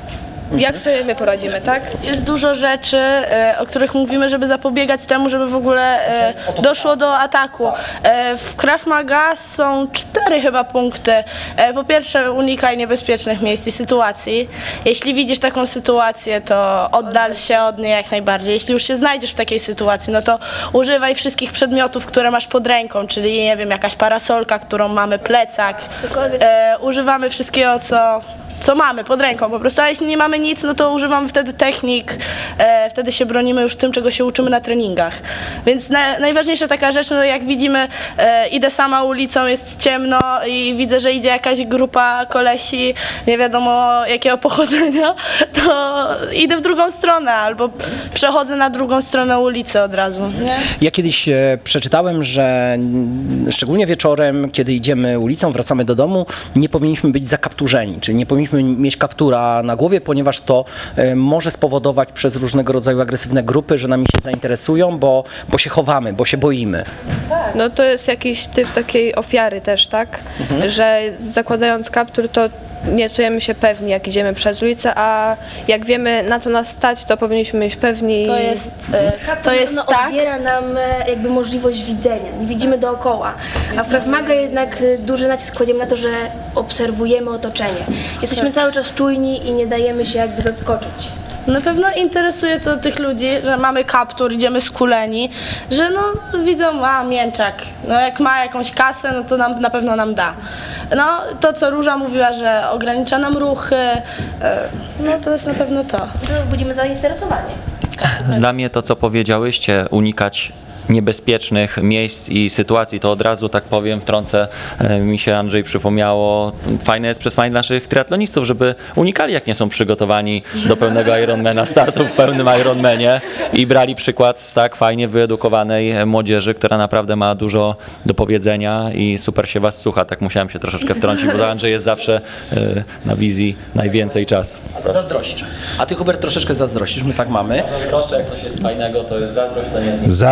jak sobie my poradzimy, tak? Jest dużo rzeczy, e, o których mówimy, żeby zapobiegać temu, żeby w ogóle e, doszło do ataku. E, w Krav Maga są cztery chyba punkty. E, po pierwsze, unikaj niebezpiecznych miejsc i sytuacji. Jeśli widzisz taką sytuację, to oddal się od niej jak najbardziej. Jeśli już się znajdziesz w takiej sytuacji, no to używaj wszystkich przedmiotów, które masz pod ręką, czyli nie wiem, jakaś parasolka, którą mamy, plecak. E, używamy wszystkiego, co co mamy pod ręką po prostu, a jeśli nie mamy nic, no to używamy wtedy technik, e, wtedy się bronimy już tym, czego się uczymy na treningach. Więc na, najważniejsza taka rzecz, no jak widzimy, e, idę sama ulicą, jest ciemno i widzę, że idzie jakaś grupa kolesi, nie wiadomo jakiego pochodzenia, to idę w drugą stronę albo przechodzę na drugą stronę ulicy od razu, nie? Ja kiedyś e, przeczytałem, że m, szczególnie wieczorem, kiedy idziemy ulicą, wracamy do domu, nie powinniśmy być zakapturzeni, czyli nie powinniśmy mieć kaptura na głowie, ponieważ to e, może spowodować przez różnego rodzaju agresywne grupy, że nami się zainteresują, bo, bo się chowamy, bo się boimy. No to jest jakiś typ takiej ofiary też, tak? Mhm. Że zakładając kaptur, to nie czujemy się pewni, jak idziemy przez ulicę, a jak wiemy, na co nas stać, to powinniśmy być pewni. To jest, e, to jest tak. Odbiera nam e, jakby możliwość widzenia, nie widzimy dookoła. A w Krav Maga jednak e, duży nacisk kładziemy na to, że obserwujemy otoczenie. Jesteśmy cały czas czujni i nie dajemy się jakby zaskoczyć. Na pewno interesuje to tych ludzi, że mamy kaptur, idziemy skuleni, że no widzą, a mięczak, no jak ma jakąś kasę, no to nam, na pewno nam da. No to co Róża mówiła, że ogranicza nam ruchy, no to jest na pewno to. Budzimy zainteresowanie. Dla mnie to, co powiedziałyście, unikać niebezpiecznych miejsc i sytuacji, to od razu, tak powiem, wtrącę, mi się Andrzej przypomniało, fajne jest przesłanie dla naszych triatlonistów, żeby unikali, jak nie są przygotowani do pełnego Ironmana, startu w pełnym Ironmanie i brali przykład z tak fajnie wyedukowanej młodzieży, która naprawdę ma dużo do powiedzenia i super się was słucha. Tak musiałem się troszeczkę wtrącić, bo Andrzej jest zawsze na wizji najwięcej czasu. Zazdrościsz. A ty, Hubert, troszeczkę zazdrościsz, my tak mamy. Ja zazdroszczę, jak coś jest fajnego, to jest zazdrość, to nie jest nic. Zawsze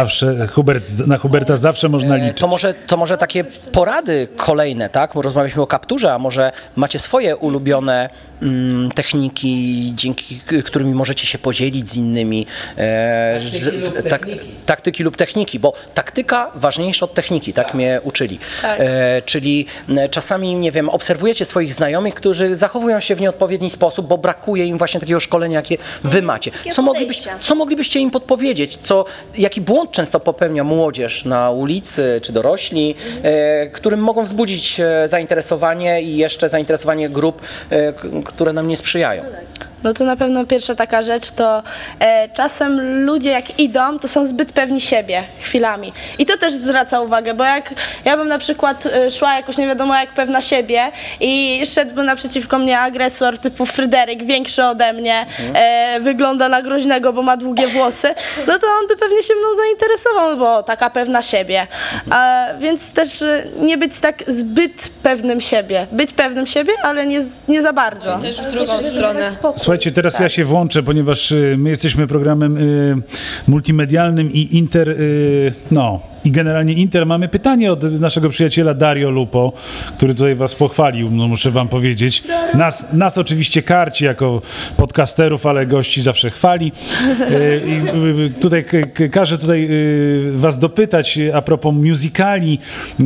Hubert, na Huberta zawsze można liczyć. To może, to może takie porady kolejne, tak? Bo rozmawialiśmy o kapturze, a może macie swoje ulubione mm, techniki, dzięki k- którymi możecie się podzielić z innymi. E, z, tak, taktyki lub techniki, bo taktyka ważniejsza od techniki, tak mnie uczyli. Tak. E, czyli m, czasami, nie wiem, obserwujecie swoich znajomych, którzy zachowują się w nieodpowiedni sposób, bo brakuje im właśnie takiego szkolenia, jakie wy macie. Co, moglibyś, co moglibyście im podpowiedzieć? Co, jaki błąd często popełnia młodzież na ulicy czy dorośli, e, którym mogą wzbudzić e, zainteresowanie i jeszcze zainteresowanie grup, e, k- które nam nie sprzyjają? No to na pewno pierwsza taka rzecz to e, czasem ludzie jak idą, to są zbyt pewni siebie chwilami. I to też zwraca uwagę, bo jak ja bym na przykład e, szła jakoś nie wiadomo jak pewna siebie i szedłby naprzeciwko mnie agresor typu Fryderyk, większy ode mnie, e, wygląda na groźnego, bo ma długie włosy, no to on by pewnie się mną zainteresował, bo taka pewna siebie. A, więc też e, nie być tak zbyt pewnym siebie. Być pewnym siebie, ale nie, z- nie za bardzo. Też w drugą stronę. Słuchajcie, teraz ja się włączę, ponieważ y, my jesteśmy programem y, multimedialnym i inter, y, no i generalnie inter. Mamy pytanie od naszego przyjaciela Dario Lupo, który tutaj was pochwalił, no muszę wam powiedzieć. Nas, nas oczywiście karci jako podcasterów, ale gości zawsze chwali. Y, i, y, tutaj k- k- każę tutaj y, was dopytać a propos musicali,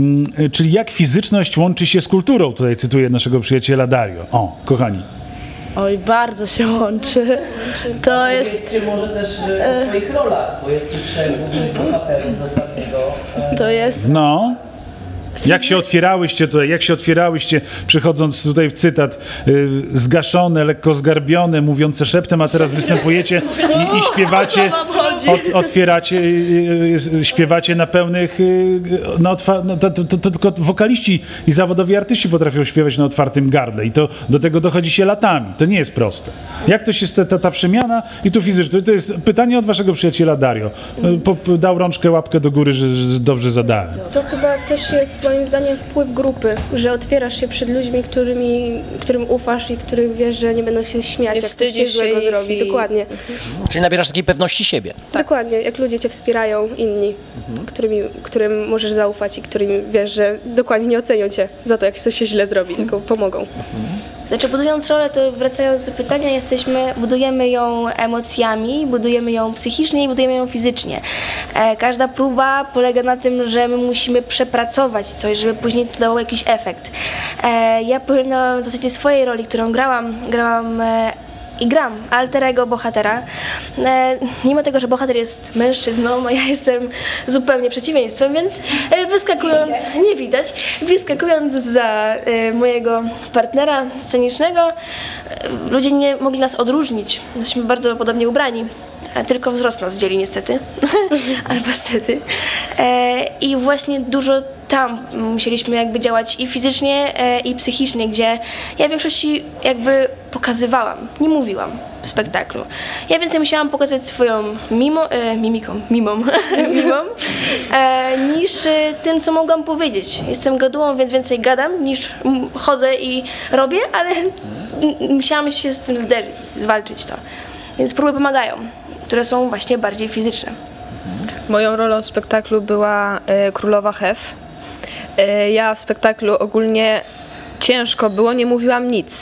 y, czyli jak fizyczność łączy się z kulturą. Tutaj cytuję naszego przyjaciela Dario. O, kochani. Oj, bardzo się łączy. To jest... Powiedzcie może też e, o swoich rolach, bo jest tu trzech głównych bohaterów z ostatniego. E, To jest... No. Jak się otwierałyście tutaj, jak się otwierałyście, przechodząc tutaj w cytat, y, zgaszone, lekko zgarbione, mówiące szeptem, a teraz występujecie i, i śpiewacie, od, otwieracie, y, y, śpiewacie na pełnych, y, na otwa- no, to, to, to, to tylko wokaliści i zawodowi artyści potrafią śpiewać na otwartym gardle i to do tego dochodzi się latami, to nie jest proste. Jak to się ta, ta, ta przemiana i tu fizycznie, to, to jest pytanie od waszego przyjaciela Dario. Y, po, po, dał rączkę, łapkę do góry, że, że dobrze zadałem. To chyba też jest moim zdaniem wpływ grupy, że otwierasz się przed ludźmi, którymi, którym ufasz i których wiesz, że nie będą się śmiać, Nie jak coś się wstydzisz się złego ich zrobi. i- Dokładnie. Czyli nabierasz takiej pewności siebie. Dokładnie, jak ludzie cię wspierają, inni, którymi, którym możesz zaufać i którym wiesz, że dokładnie nie ocenią cię za to, jak coś się źle zrobi, tylko pomogą. Znaczy budując rolę, to wracając do pytania, jesteśmy, budujemy ją emocjami, budujemy ją psychicznie i budujemy ją fizycznie. E, każda próba polega na tym, że my musimy przepracować coś, żeby później to dało jakiś efekt. E, ja popełniłam w zasadzie swojej roli, którą grałam, grałam e, i gram alterego bohatera. E, mimo tego, że bohater jest mężczyzną, a ja jestem zupełnie przeciwieństwem, więc e, wyskakując, nie widać, wyskakując za e, mojego partnera scenicznego, e, ludzie nie mogli nas odróżnić. Jesteśmy bardzo podobnie ubrani. E, Tylko wzrost nas dzieli niestety, albo stety. E, I właśnie dużo tam musieliśmy jakby działać i fizycznie, e, i psychicznie, gdzie ja w większości jakby pokazywałam, nie mówiłam w spektaklu. Ja więcej musiałam pokazać swoją mimo, e, mimiką, mimą, mimą e, niż e, tym, co mogłam powiedzieć. Jestem gadułą, więc więcej gadam niż mm, chodzę i robię, ale m- musiałam się z tym zderzyć, zwalczyć to. Więc próby pomagają, które są właśnie bardziej fizyczne. Moją rolą w spektaklu była e, królowa Hef. E, ja w spektaklu ogólnie ciężko było, nie mówiłam nic.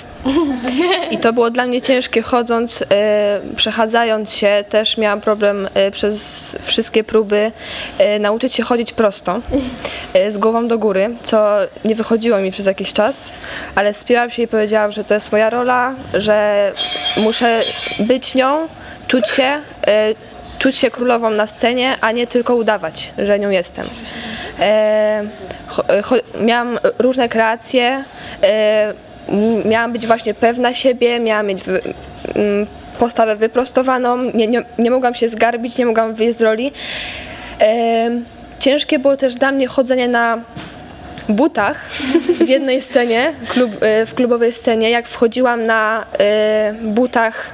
I to było dla mnie ciężkie chodząc, e, przechadzając się, też miałam problem e, przez wszystkie próby e, nauczyć się chodzić prosto, e, z głową do góry, co nie wychodziło mi przez jakiś czas, ale spięłam się i powiedziałam, że to jest moja rola, że muszę być nią, czuć się, e, czuć się królową na scenie, a nie tylko udawać, że nią jestem. E, cho, cho, miałam różne kreacje, e, m- miałam być właśnie pewna siebie, miałam mieć wy, m, postawę wyprostowaną, nie, nie, nie mogłam się zgarbić, nie mogłam wyjść z roli. E, ciężkie było też dla mnie chodzenie na butach w jednej scenie, klub, e, w klubowej scenie, jak wchodziłam na e, butach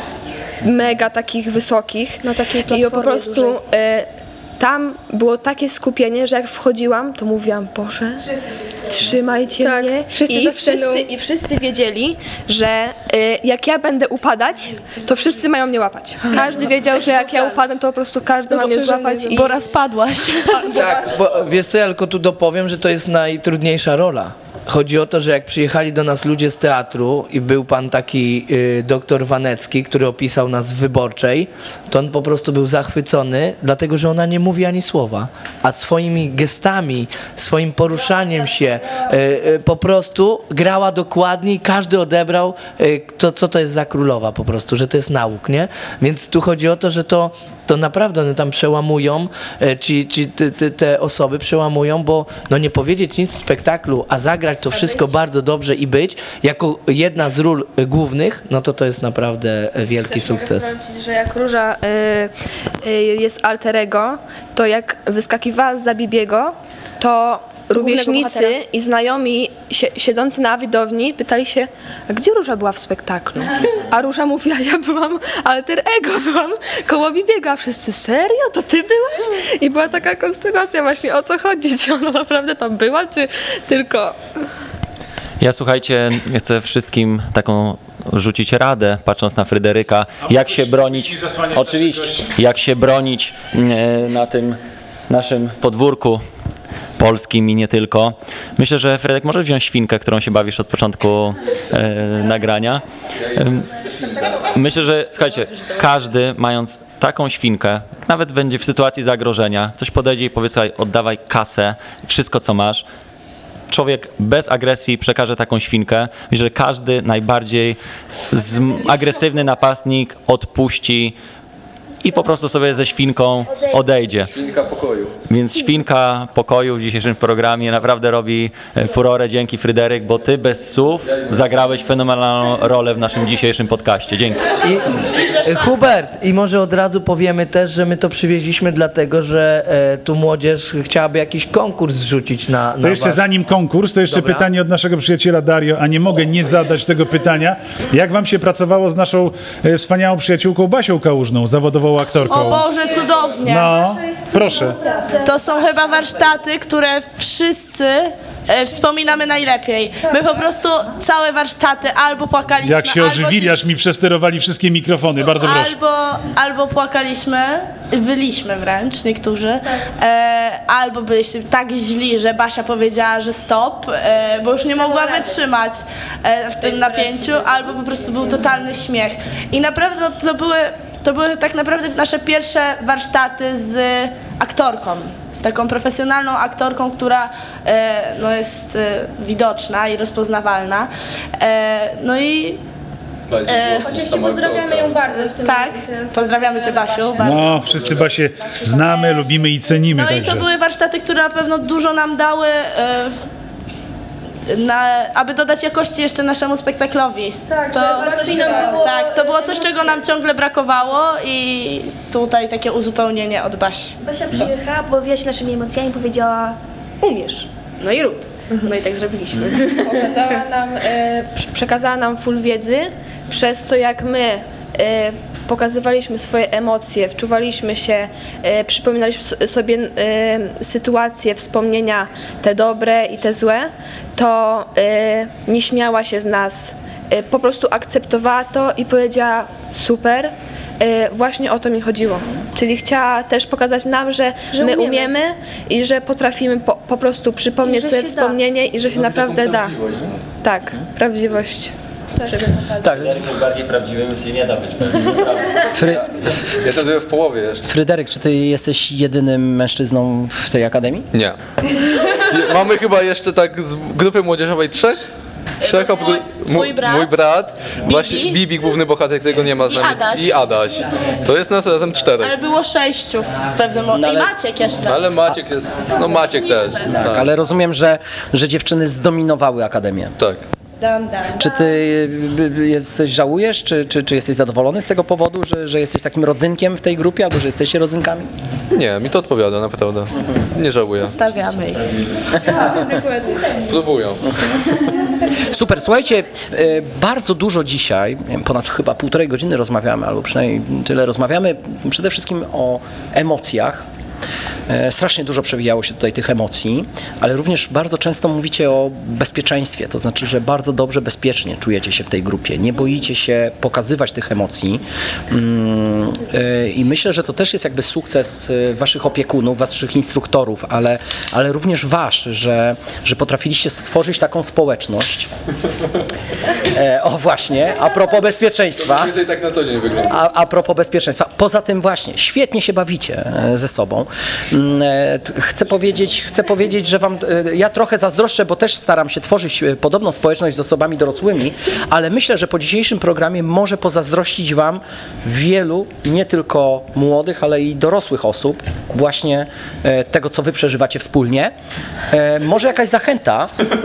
mega takich wysokich Na takiej i po platformie prostu dużej. e, tam było takie skupienie, że jak wchodziłam, to mówiłam, Boże, trzymajcie Tak, mnie. wszyscy I za sceną. wszyscy, I wszyscy wiedzieli, że y, jak ja będę upadać, to wszyscy mają mnie łapać. Każdy wiedział, że jak ja upadam, to po prostu każdy ma mnie złapać. I... Bo raz padłaś. Tak, bo wiesz co, ja tylko tu dopowiem, że to jest najtrudniejsza rola. Chodzi o to, że jak przyjechali do nas ludzie z teatru i był pan taki y, doktor Wanecki, który opisał nas w Wyborczej, to on po prostu był zachwycony, dlatego że ona nie mówi ani słowa, a swoimi gestami, swoim poruszaniem się y, y, po prostu grała dokładnie i każdy odebrał y, to, co to jest za królowa po prostu, że to jest nauk, nie? Więc tu chodzi o to, że to to naprawdę one tam przełamują, e, ci, ci te, te, te osoby przełamują, bo no nie powiedzieć nic w spektaklu, a zagrać to wszystko bardzo dobrze i być jako jedna z ról e, głównych, no to to jest naprawdę e, wielki sukces. Mogę sprawdzić, że jak Róża y, y, jest alter ego, to jak wyskakiwała z Bibiego, to rówieśnicy bohatera. i znajomi sie, siedzący na widowni pytali się, a gdzie Róża była w spektaklu? A Róża mówiła, ja byłam alter ego, byłam koło Bibiego, a wszyscy, serio? To ty byłaś? I była taka konsternacja właśnie, o co chodzi? Czy ona naprawdę tam była, czy tylko... Ja słuchajcie, chcę wszystkim taką rzucić radę, patrząc na Fryderyka, jak się bronić, oczywiście, jak się bronić e, na tym naszym podwórku polskim i nie tylko. Myślę, że Fredek może wziąć świnkę, którą się bawisz od początku e, nagrania. E, myślę, że słuchajcie, każdy mając taką świnkę, nawet będzie w sytuacji zagrożenia, ktoś podejdzie i powie, słuchaj, oddawaj kasę, wszystko co masz. Człowiek bez agresji przekaże taką świnkę. Myślę, że każdy najbardziej agresywny napastnik odpuści i po prostu sobie ze świnką odejdzie. Świnka pokoju. Więc świnka pokoju w dzisiejszym programie naprawdę robi furorę. Dzięki Fryderyk, bo ty bez słów zagrałeś fenomenalną rolę w naszym dzisiejszym podcaście. Dzięki. I, Hubert, i może od razu powiemy też, że my to przywieźliśmy dlatego, że e, tu młodzież chciałaby jakiś konkurs zrzucić na, na To jeszcze was. zanim konkurs, to jeszcze Dobra. pytanie od naszego przyjaciela Dario, a nie mogę nie zadać tego pytania. Jak wam się pracowało z naszą e, wspaniałą przyjaciółką Basią Kałużną, zawodową aktorką? O Boże, cudownie. No, proszę. To są chyba warsztaty, które wszyscy e, wspominamy najlepiej. My po prostu całe warsztaty albo płakaliśmy, Jak się albo ożywili, się aż mi przesterowali wszystkie mikrofony. Bardzo proszę. Albo, albo płakaliśmy, wyliśmy wręcz niektórzy, e, albo byliśmy tak źli, że Basia powiedziała, że stop, e, bo już nie mogła wytrzymać e, w tym napięciu, albo po prostu był totalny śmiech. I naprawdę to były, to były tak naprawdę nasze pierwsze warsztaty z aktorką, z taką profesjonalną aktorką, która e, no jest e, widoczna i rozpoznawalna. E, no i E, Oczywiście pozdrawiamy ją bardzo w tym tak, momencie. pozdrawiamy Cię, Basiu, bardzo. No, wszyscy Basię znamy, lubimy i cenimy. No i także. to były warsztaty, które na pewno dużo nam dały, e, na, aby dodać jakości jeszcze naszemu spektaklowi. Tak, to, łatwiej nam było- tak, to było coś, czego nam ciągle brakowało i tutaj takie uzupełnienie od Basi. Basia przyjechała, pobawiła się naszymi emocjami, powiedziała, umiesz, no i rób. No i tak zrobiliśmy. Pokazała nam, e, pr- przekazała nam full wiedzy, przez to jak my e, pokazywaliśmy swoje emocje, wczuwaliśmy się, e, przypominaliśmy s- sobie e, sytuacje, wspomnienia, te dobre i te złe, to e, nie śmiała się z nas, e, po prostu akceptowała to i powiedziała super. E, Właśnie o to mi chodziło. Czyli chciała też pokazać nam, że, Że my umiemy. umiemy i że potrafimy po, po prostu przypomnieć I że sobie się da. wspomnienie i że się naprawdę da. Tak, prawdziwość. Tak, Bardziej prawdziwym się nie da być pewnie. Fry... Ja to w połowie jeszcze. Fryderyk, czy ty jesteś jedynym mężczyzną w tej akademii? Nie. Je- Mamy chyba jeszcze tak z grupy młodzieżowej trzech? Trzech oprócz... Twój- twój brat. Mój brat. Bibi. Właśnie Bibi, główny bohater, którego nie ma z I nami. Adaś. I Adaś. To jest nas razem czterech. Ale było sześciu w pewnym momencie. No ale- I Maciek jeszcze. Ale Maciek jest... No Maciek też. Tak, ale rozumiem, że, że dziewczyny zdominowały akademię. Tak. Dam, dam. Czy ty y, y, jesteś, żałujesz, czy, czy, czy jesteś zadowolony z tego powodu, że, że jesteś takim rodzynkiem w tej grupie, albo że jesteście rodzynkami? Nie, mi to odpowiada naprawdę. Nie żałuję. Stawiamy ich. Próbują. Super, słuchajcie, y, bardzo dużo dzisiaj, nie wiem, ponad chyba półtorej godziny rozmawiamy, albo przynajmniej tyle rozmawiamy, przede wszystkim o emocjach. E, strasznie dużo przewijało się tutaj tych emocji, ale również bardzo często mówicie o bezpieczeństwie, to znaczy, że bardzo dobrze, bezpiecznie czujecie się w tej grupie, nie boicie się pokazywać tych emocji mm, e, i myślę, że to też jest jakby sukces waszych opiekunów, waszych instruktorów, ale, ale również wasz, że, że potrafiliście stworzyć taką społeczność. E, o właśnie, a propos bezpieczeństwa. Tak na co dzień wygląda. A, a propos bezpieczeństwa. Poza tym właśnie, świetnie się bawicie e, ze sobą. Mm, e, t- Chcę powiedzieć, chcę powiedzieć, że wam, e, ja trochę zazdroszczę, bo też staram się tworzyć e, podobną społeczność z osobami dorosłymi, ale myślę, że po dzisiejszym programie może pozazdrościć wam wielu, nie tylko młodych, ale i dorosłych osób właśnie e, tego, co wy przeżywacie wspólnie. E, może jakaś zachęta,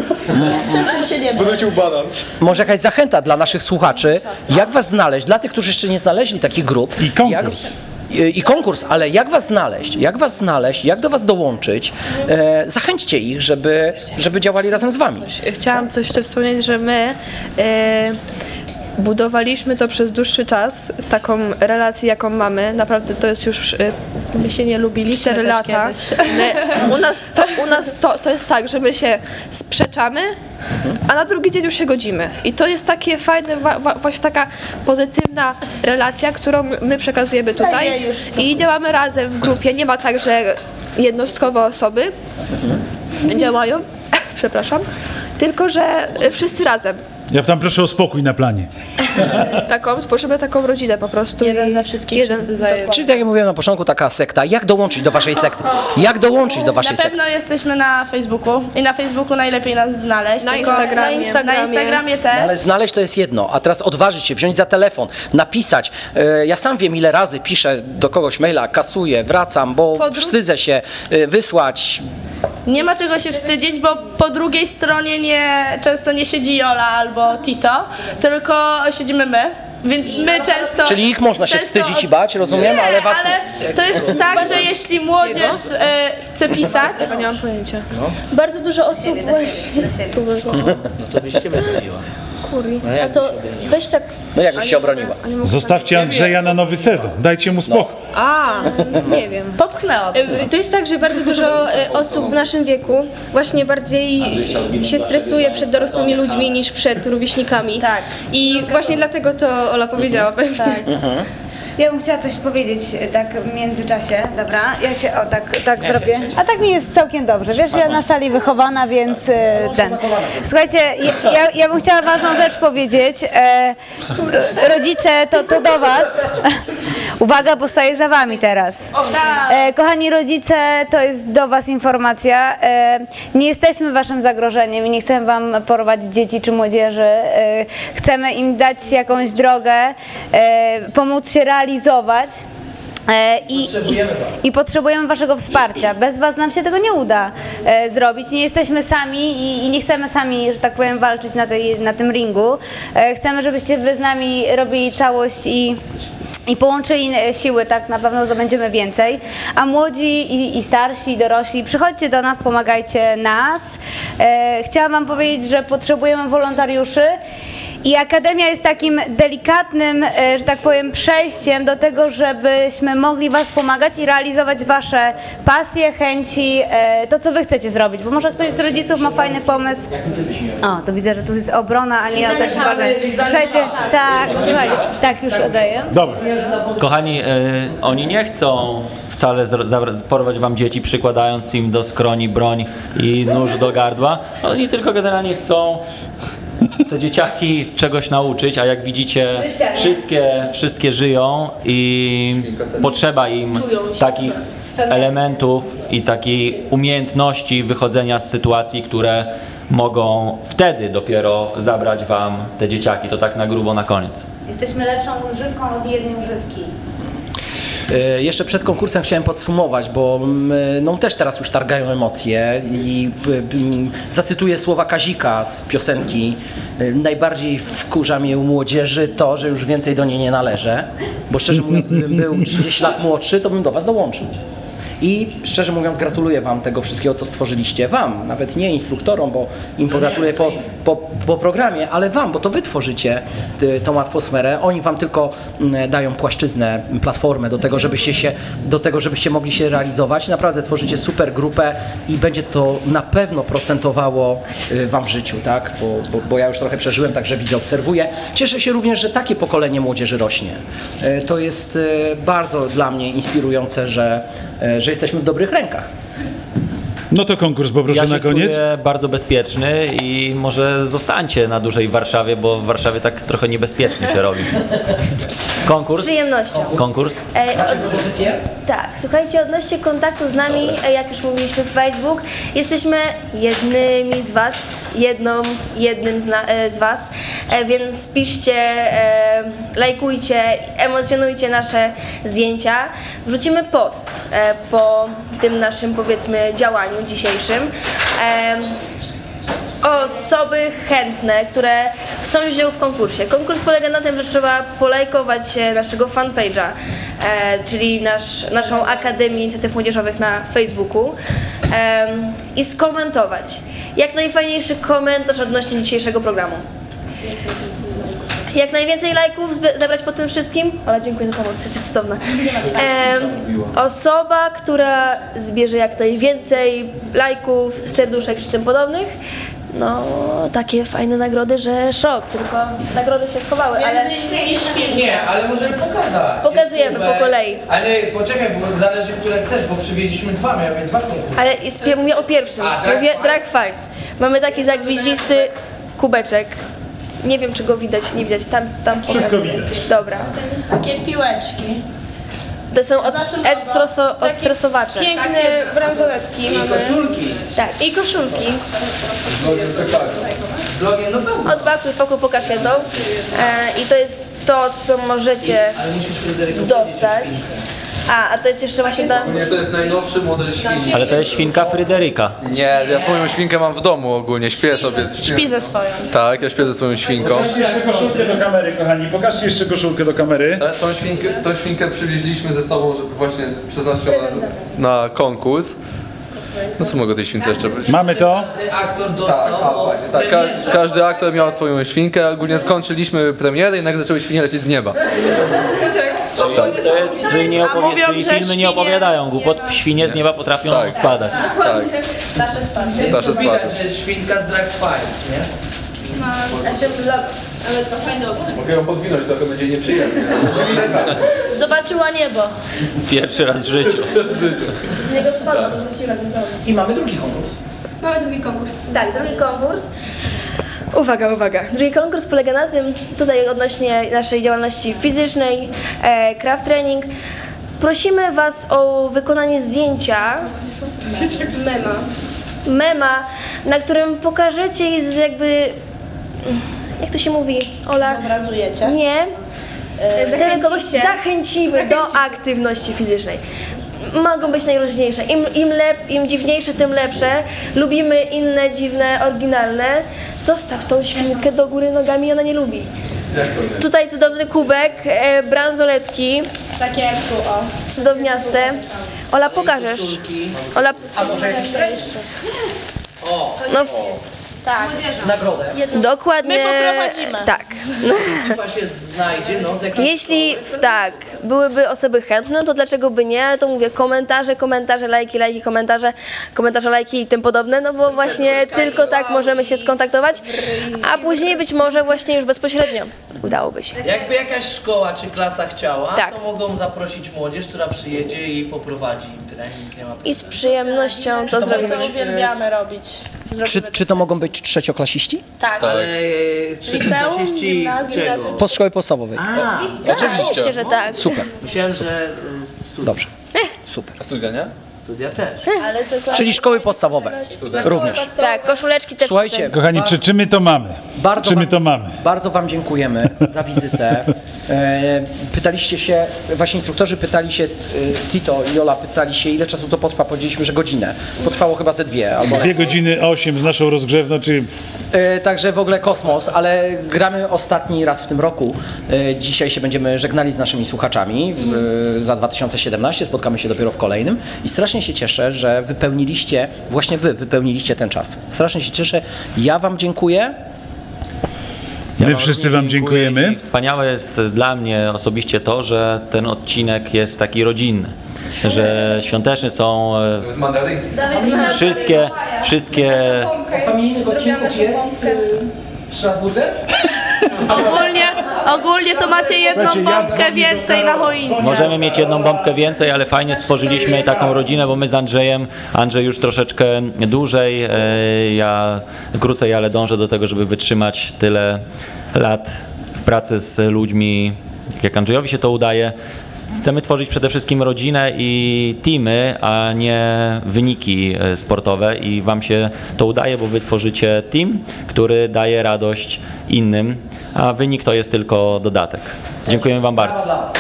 Wrócił banan. może jakaś zachęta dla naszych słuchaczy, jak was znaleźć, dla tych, którzy jeszcze nie znaleźli takich grup. I konkurs. Jak, i, I konkurs, ale jak was znaleźć, jak was znaleźć, jak do was dołączyć, e, zachęćcie ich, żeby, żeby działali razem z wami. Chciałam coś jeszcze wspomnieć, że my e, budowaliśmy to przez dłuższy czas, taką relację, jaką mamy. Naprawdę to jest już e, My się nie lubiliśmy cztery też lata. kiedyś. My, u nas, to, u nas to, to jest tak, że my się sprzeczamy, a na drugi dzień już się godzimy. I to jest takie fajne, wa, wa, właśnie taka pozytywna relacja, którą my przekazujemy tutaj i działamy razem w grupie. Nie ma tak, że jednostkowo osoby działają, przepraszam, tylko że wszyscy razem. Ja tam proszę o spokój na planie. Taką, tworzymy taką rodzinę po prostu. Jeden i za wszystkich, jeden, wszyscy za jednym. Czyli tak jak mówiłem na początku, taka sekta. Jak dołączyć do waszej sekty? Jak dołączyć do waszej Na sekty? pewno jesteśmy na Facebooku i na Facebooku najlepiej nas znaleźć. Na tylko Instagramie. Na Instagramie, na Instagramie też. Ale znaleźć to jest jedno, a teraz odważyć się, wziąć za telefon, napisać. E, Ja sam wiem, ile razy piszę do kogoś maila, kasuję, wracam, bo Podru- wstydzę się e, wysłać. Nie ma czego się wstydzić, bo po drugiej stronie nie, często nie siedzi Jola albo Tito, tylko siedzimy my. Więc my często... Czyli ich można się często wstydzić i bać, rozumiem, nie, ale was ale to jest tak, że jeśli młodzież e, chce pisać... Ja nie mam pojęcia. Bardzo dużo osób właśnie. No to byś ciebie zabiła. Kuri. No A jak to weź tak. No jak byś się obroniła? Zostawcie Andrzeja na nowy sezon. Dajcie mu spokój. A, nie wiem. Popchnęłam. Y, To jest tak, że bardzo dużo y, osób w naszym wieku właśnie bardziej się stresuje przed dorosłymi ludźmi niż przed rówieśnikami. Tak. I właśnie dlatego to Ola powiedziała pewnie. Tak. Ja bym chciała coś powiedzieć e, tak w międzyczasie, dobra? Ja się o tak, tak zrobię. A tak mi jest całkiem dobrze. Wiesz, ja na sali wychowana, więc e, ten. Słuchajcie, ja, ja, ja bym chciała ważną rzecz powiedzieć. E, e, rodzice, to, to do was. Uwaga, bo stoję za wami teraz. E, kochani rodzice, to jest do was informacja. E, nie jesteśmy waszym zagrożeniem i nie chcemy wam prowadzić dzieci czy młodzieży. E, chcemy im dać jakąś drogę, e, pomóc się realizować. E, I, i, I potrzebujemy waszego wsparcia. Bez was nam się tego nie uda e, zrobić. Nie jesteśmy sami i, i nie chcemy sami, że tak powiem, walczyć na, tej, na tym ringu. E, chcemy, żebyście wy z nami robili całość i I połączyli siły, tak na pewno zdobędziemy więcej. A młodzi i, i starsi, i dorośli, przychodźcie do nas, pomagajcie nas. E, chciałam wam powiedzieć, że potrzebujemy wolontariuszy i Akademia jest takim delikatnym, e, że tak powiem, przejściem do tego, żebyśmy mogli was pomagać i realizować wasze pasje, chęci, e, to co wy chcecie zrobić, bo może ktoś z rodziców ma fajny pomysł. O, to widzę, że tu jest obrona, a nie tak zwane. Słuchajcie, tak, słuchaj, tak już oddaję. Dobra. Kochani, y, oni nie chcą wcale zro- zabra- porwać wam dzieci, przykładając im do skroni broń i nóż do gardła. Oni tylko generalnie chcą te dzieciaki czegoś nauczyć, a jak widzicie, wszystkie, wszystkie żyją i potrzeba im takich elementów i takiej umiejętności wychodzenia z sytuacji, które mogą wtedy dopiero zabrać wam te dzieciaki. To tak na grubo na koniec. Jesteśmy lepszą używką od jednej używki. E, Jeszcze przed konkursem chciałem podsumować, bo mm, no, też teraz już targają emocje i p- p- zacytuję słowa Kazika z piosenki. E, Najbardziej wkurza mnie u młodzieży to, że już więcej do niej nie należę, bo szczerze mówiąc, gdybym był trzydzieści lat młodszy, to bym do was dołączył. I szczerze mówiąc gratuluję Wam tego wszystkiego, co stworzyliście. Wam, nawet nie instruktorom, bo im pogratuluję po, po, po programie, ale Wam, bo to Wy tworzycie y, tą atmosferę. Oni Wam tylko y, dają płaszczyznę, platformę do tego, żebyście się, do tego, żebyście mogli się realizować. Naprawdę tworzycie super grupę i będzie to na pewno procentowało y, Wam w życiu, tak? Bo, bo, bo ja już trochę przeżyłem, także widzę, obserwuję. Cieszę się również, że takie pokolenie młodzieży rośnie. Y, to jest y, bardzo dla mnie inspirujące, że, y, że jesteśmy w dobrych rękach. No to konkurs poproszę Ja się na koniec. czuję bardzo bezpieczny i może zostańcie na dłużej w Warszawie, bo w Warszawie tak trochę niebezpiecznie się robi. Konkurs? Z przyjemnością. Konkurs? E, od... Tak, słuchajcie, odnośnie kontaktu z nami, e, jak już mówiliśmy w Facebook, jesteśmy jednymi z Was, jedną, jednym z, na, e, z Was, e, więc piszcie, e, lajkujcie, emocjonujcie nasze zdjęcia. Wrzucimy post e, po tym naszym, powiedzmy, działaniu dzisiejszym. E, Osoby chętne, które chcą wziąć udział w konkursie. Konkurs polega na tym, że trzeba polajkować naszego fanpage'a, e, czyli nasz, naszą Akademię Inicjatyw Młodzieżowych na Facebooku e, i skomentować. Jak najfajniejszy komentarz odnośnie dzisiejszego programu. Jak najwięcej lajków zebrać po tym wszystkim. Ola, dziękuję za pomoc, jesteś cudowna. E, osoba, która zbierze jak najwięcej lajków, serduszek czy tym podobnych, no takie fajne nagrody, że szok, tylko nagrody się schowały, ale... Nie, ale możemy pokazać. Pokazujemy po kolei. Ale poczekaj, bo zależy, które chcesz, bo przywieźliśmy dwa, miałem dwa konkursy. Ale jest, ja mówię o pierwszym, A, Drag mówię Files. Drag Files. Mamy taki zagwiździsty kubeczek. Nie wiem, czy go widać, nie widać, tam, tam Wszystko pokazuję. widać. Dobra. Takie piłeczki. To są od, odstreso, odstresowacze. Piękne bransoletki mamy. Koszulki. Tak. I koszulki. Z logiem no pewno. Odpakuj, pakuj, pokaż jedną. E, I to jest to, co możecie Ale musisz Fryderyko dostać. A, a to jest jeszcze właśnie ta... Nie, to jest najnowszy model świnki. Ale to jest świnka Fryderyka. Nie, ja swoją świnkę mam w domu ogólnie, śpię sobie. Śpi ze swoją. Tak, ja śpię ze swoją świnką. Pokażcie jeszcze koszulkę do kamery, kochani. Pokażcie jeszcze koszulkę do kamery. Ale tą świnkę, tą świnkę przywieźliśmy ze sobą, żeby właśnie przeznaczyć ją na, na konkurs. No co mogę tej śwince jeszcze być? Mamy to. Aktor Tak, dostał. a, właśnie, tak. Ka każdy aktor miał swoją świnkę, ogólnie skończyliśmy premierę i nagle zaczęły świnie lecieć z nieba. To jest, czyli nie A opowie, mówią, czyli że filmy świnie- nie opowiadają głupot, świnie z nieba potrafią Tak. spadać. Tak, Nasze spadki. nasze Widać, spadki. że jest świnka z Drag Files, nie? Ale to fajne. Mogę ją podwinąć, trochę będzie nieprzyjemnie. Zobaczyła niebo. Pierwszy raz w życiu. Z niego spadła, to wróciła. I mamy drugi konkurs. Mamy drugi konkurs. Tak, drugi konkurs. Uwaga, uwaga. Drugi konkurs polega na tym, tutaj odnośnie naszej działalności fizycznej, e, craft training, prosimy Was o wykonanie zdjęcia, Mema. mema, na którym pokażecie i z jakby, jak to się mówi, Ola? Obrazujecie. Nie. Chcemy kogoś Zachęcicie. zachęcimy do aktywności fizycznej. Mogą być najróżniejsze. Im, im, lep, im dziwniejsze, tym lepsze. Lubimy inne, dziwne, oryginalne. Zostaw tą świnkę do góry nogami, ona nie lubi. Tutaj cudowny kubek, e, bransoletki, Takie jak tu, o. cudowniaste. Ola, pokażesz? Ola, A może jakiś trening? O, no, Tak. nagrodę. dokładnie. My poprowadzimy. Tak. Chyba się znajdzie, no z jakimś... Jeśli w tak, byłyby osoby chętne, to dlaczego by nie? To mówię komentarze, komentarze, lajki, lajki, komentarze, komentarze, lajki i tym podobne, no bo właśnie tylko tak możemy się skontaktować, a później być może właśnie już bezpośrednio udałoby się. Jakby jakaś szkoła czy klasa chciała, Tak. to mogą zaprosić młodzież, która przyjedzie i poprowadzi im trening. Nie ma I z przyjemnością to zrobimy. To uwielbiamy robić. Czy, Zrobimy czy to mogą być trzecioklasiści? Tak. Ale czy Liceum, klasiści gimnazjum, czego? Po szkoły podstawowej. A, Oczywiście, że tak. Super. myślałem, że y, studia. Dobrze. Super. A studia, nie? Studia też. Czyli szkoły podstawowe również. Tak, koszuleczki też. Słuchajcie, Kochani, czy, czy my to mamy? Bardzo czy my wam- to mamy? Bardzo Wam dziękujemy za wizytę. E, pytaliście się, właśnie instruktorzy pytali się, e, Tito i Jola pytali się, ile czasu to potrwa. Powiedzieliśmy, że godzinę. Potrwało chyba ze dwie albo Dwie godziny osiem z naszą rozgrzewną, czy E, Także w ogóle kosmos, ale gramy ostatni raz w tym roku. E, Dzisiaj się będziemy żegnali z naszymi słuchaczami e, za dwa tysiące siedemnaście, spotkamy się dopiero w kolejnym i strasznie się cieszę, że wypełniliście, właśnie Wy wypełniliście ten czas. Strasznie się cieszę. Ja Wam dziękuję. my wam wszyscy również wam dziękuję dziękujemy. i Wspaniałe jest dla mnie osobiście to, że ten odcinek jest taki rodzinny, że świąteczne są e, wszystkie, wszystkie Familijnych odcinków jest Strasburger? Ogólnie, ogólnie to macie jedną Słuchajcie, ja bombkę dzwonię do więcej na Karola. choince. Możemy mieć jedną bombkę więcej, ale fajnie stworzyliśmy taką rodzinę, bo my z Andrzejem, Andrzej już troszeczkę dłużej, e, ja krócej, ale dążę do tego, żeby wytrzymać tyle lat w pracy z ludźmi, jak Andrzejowi się to udaje. Chcemy tworzyć przede wszystkim rodzinę i teamy, a nie wyniki e, sportowe i Wam się to udaje, bo Wy tworzycie team, który daje radość innym, a wynik to jest tylko dodatek. Dziękujemy Wam bardzo. Dla Was.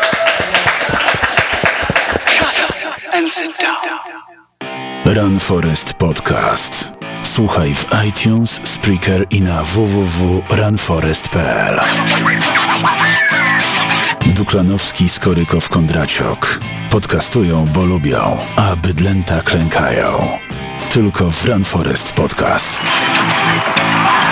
and sit down. Run Forest Podcast. Słuchaj w iTunes, Spreaker i na w w w kropka run forest kropka p l. Duklanowski, Skorykow, Kondraciok. Podcastują, bo lubią, a bydlęta klękają. Tylko w Run Forest Podcast.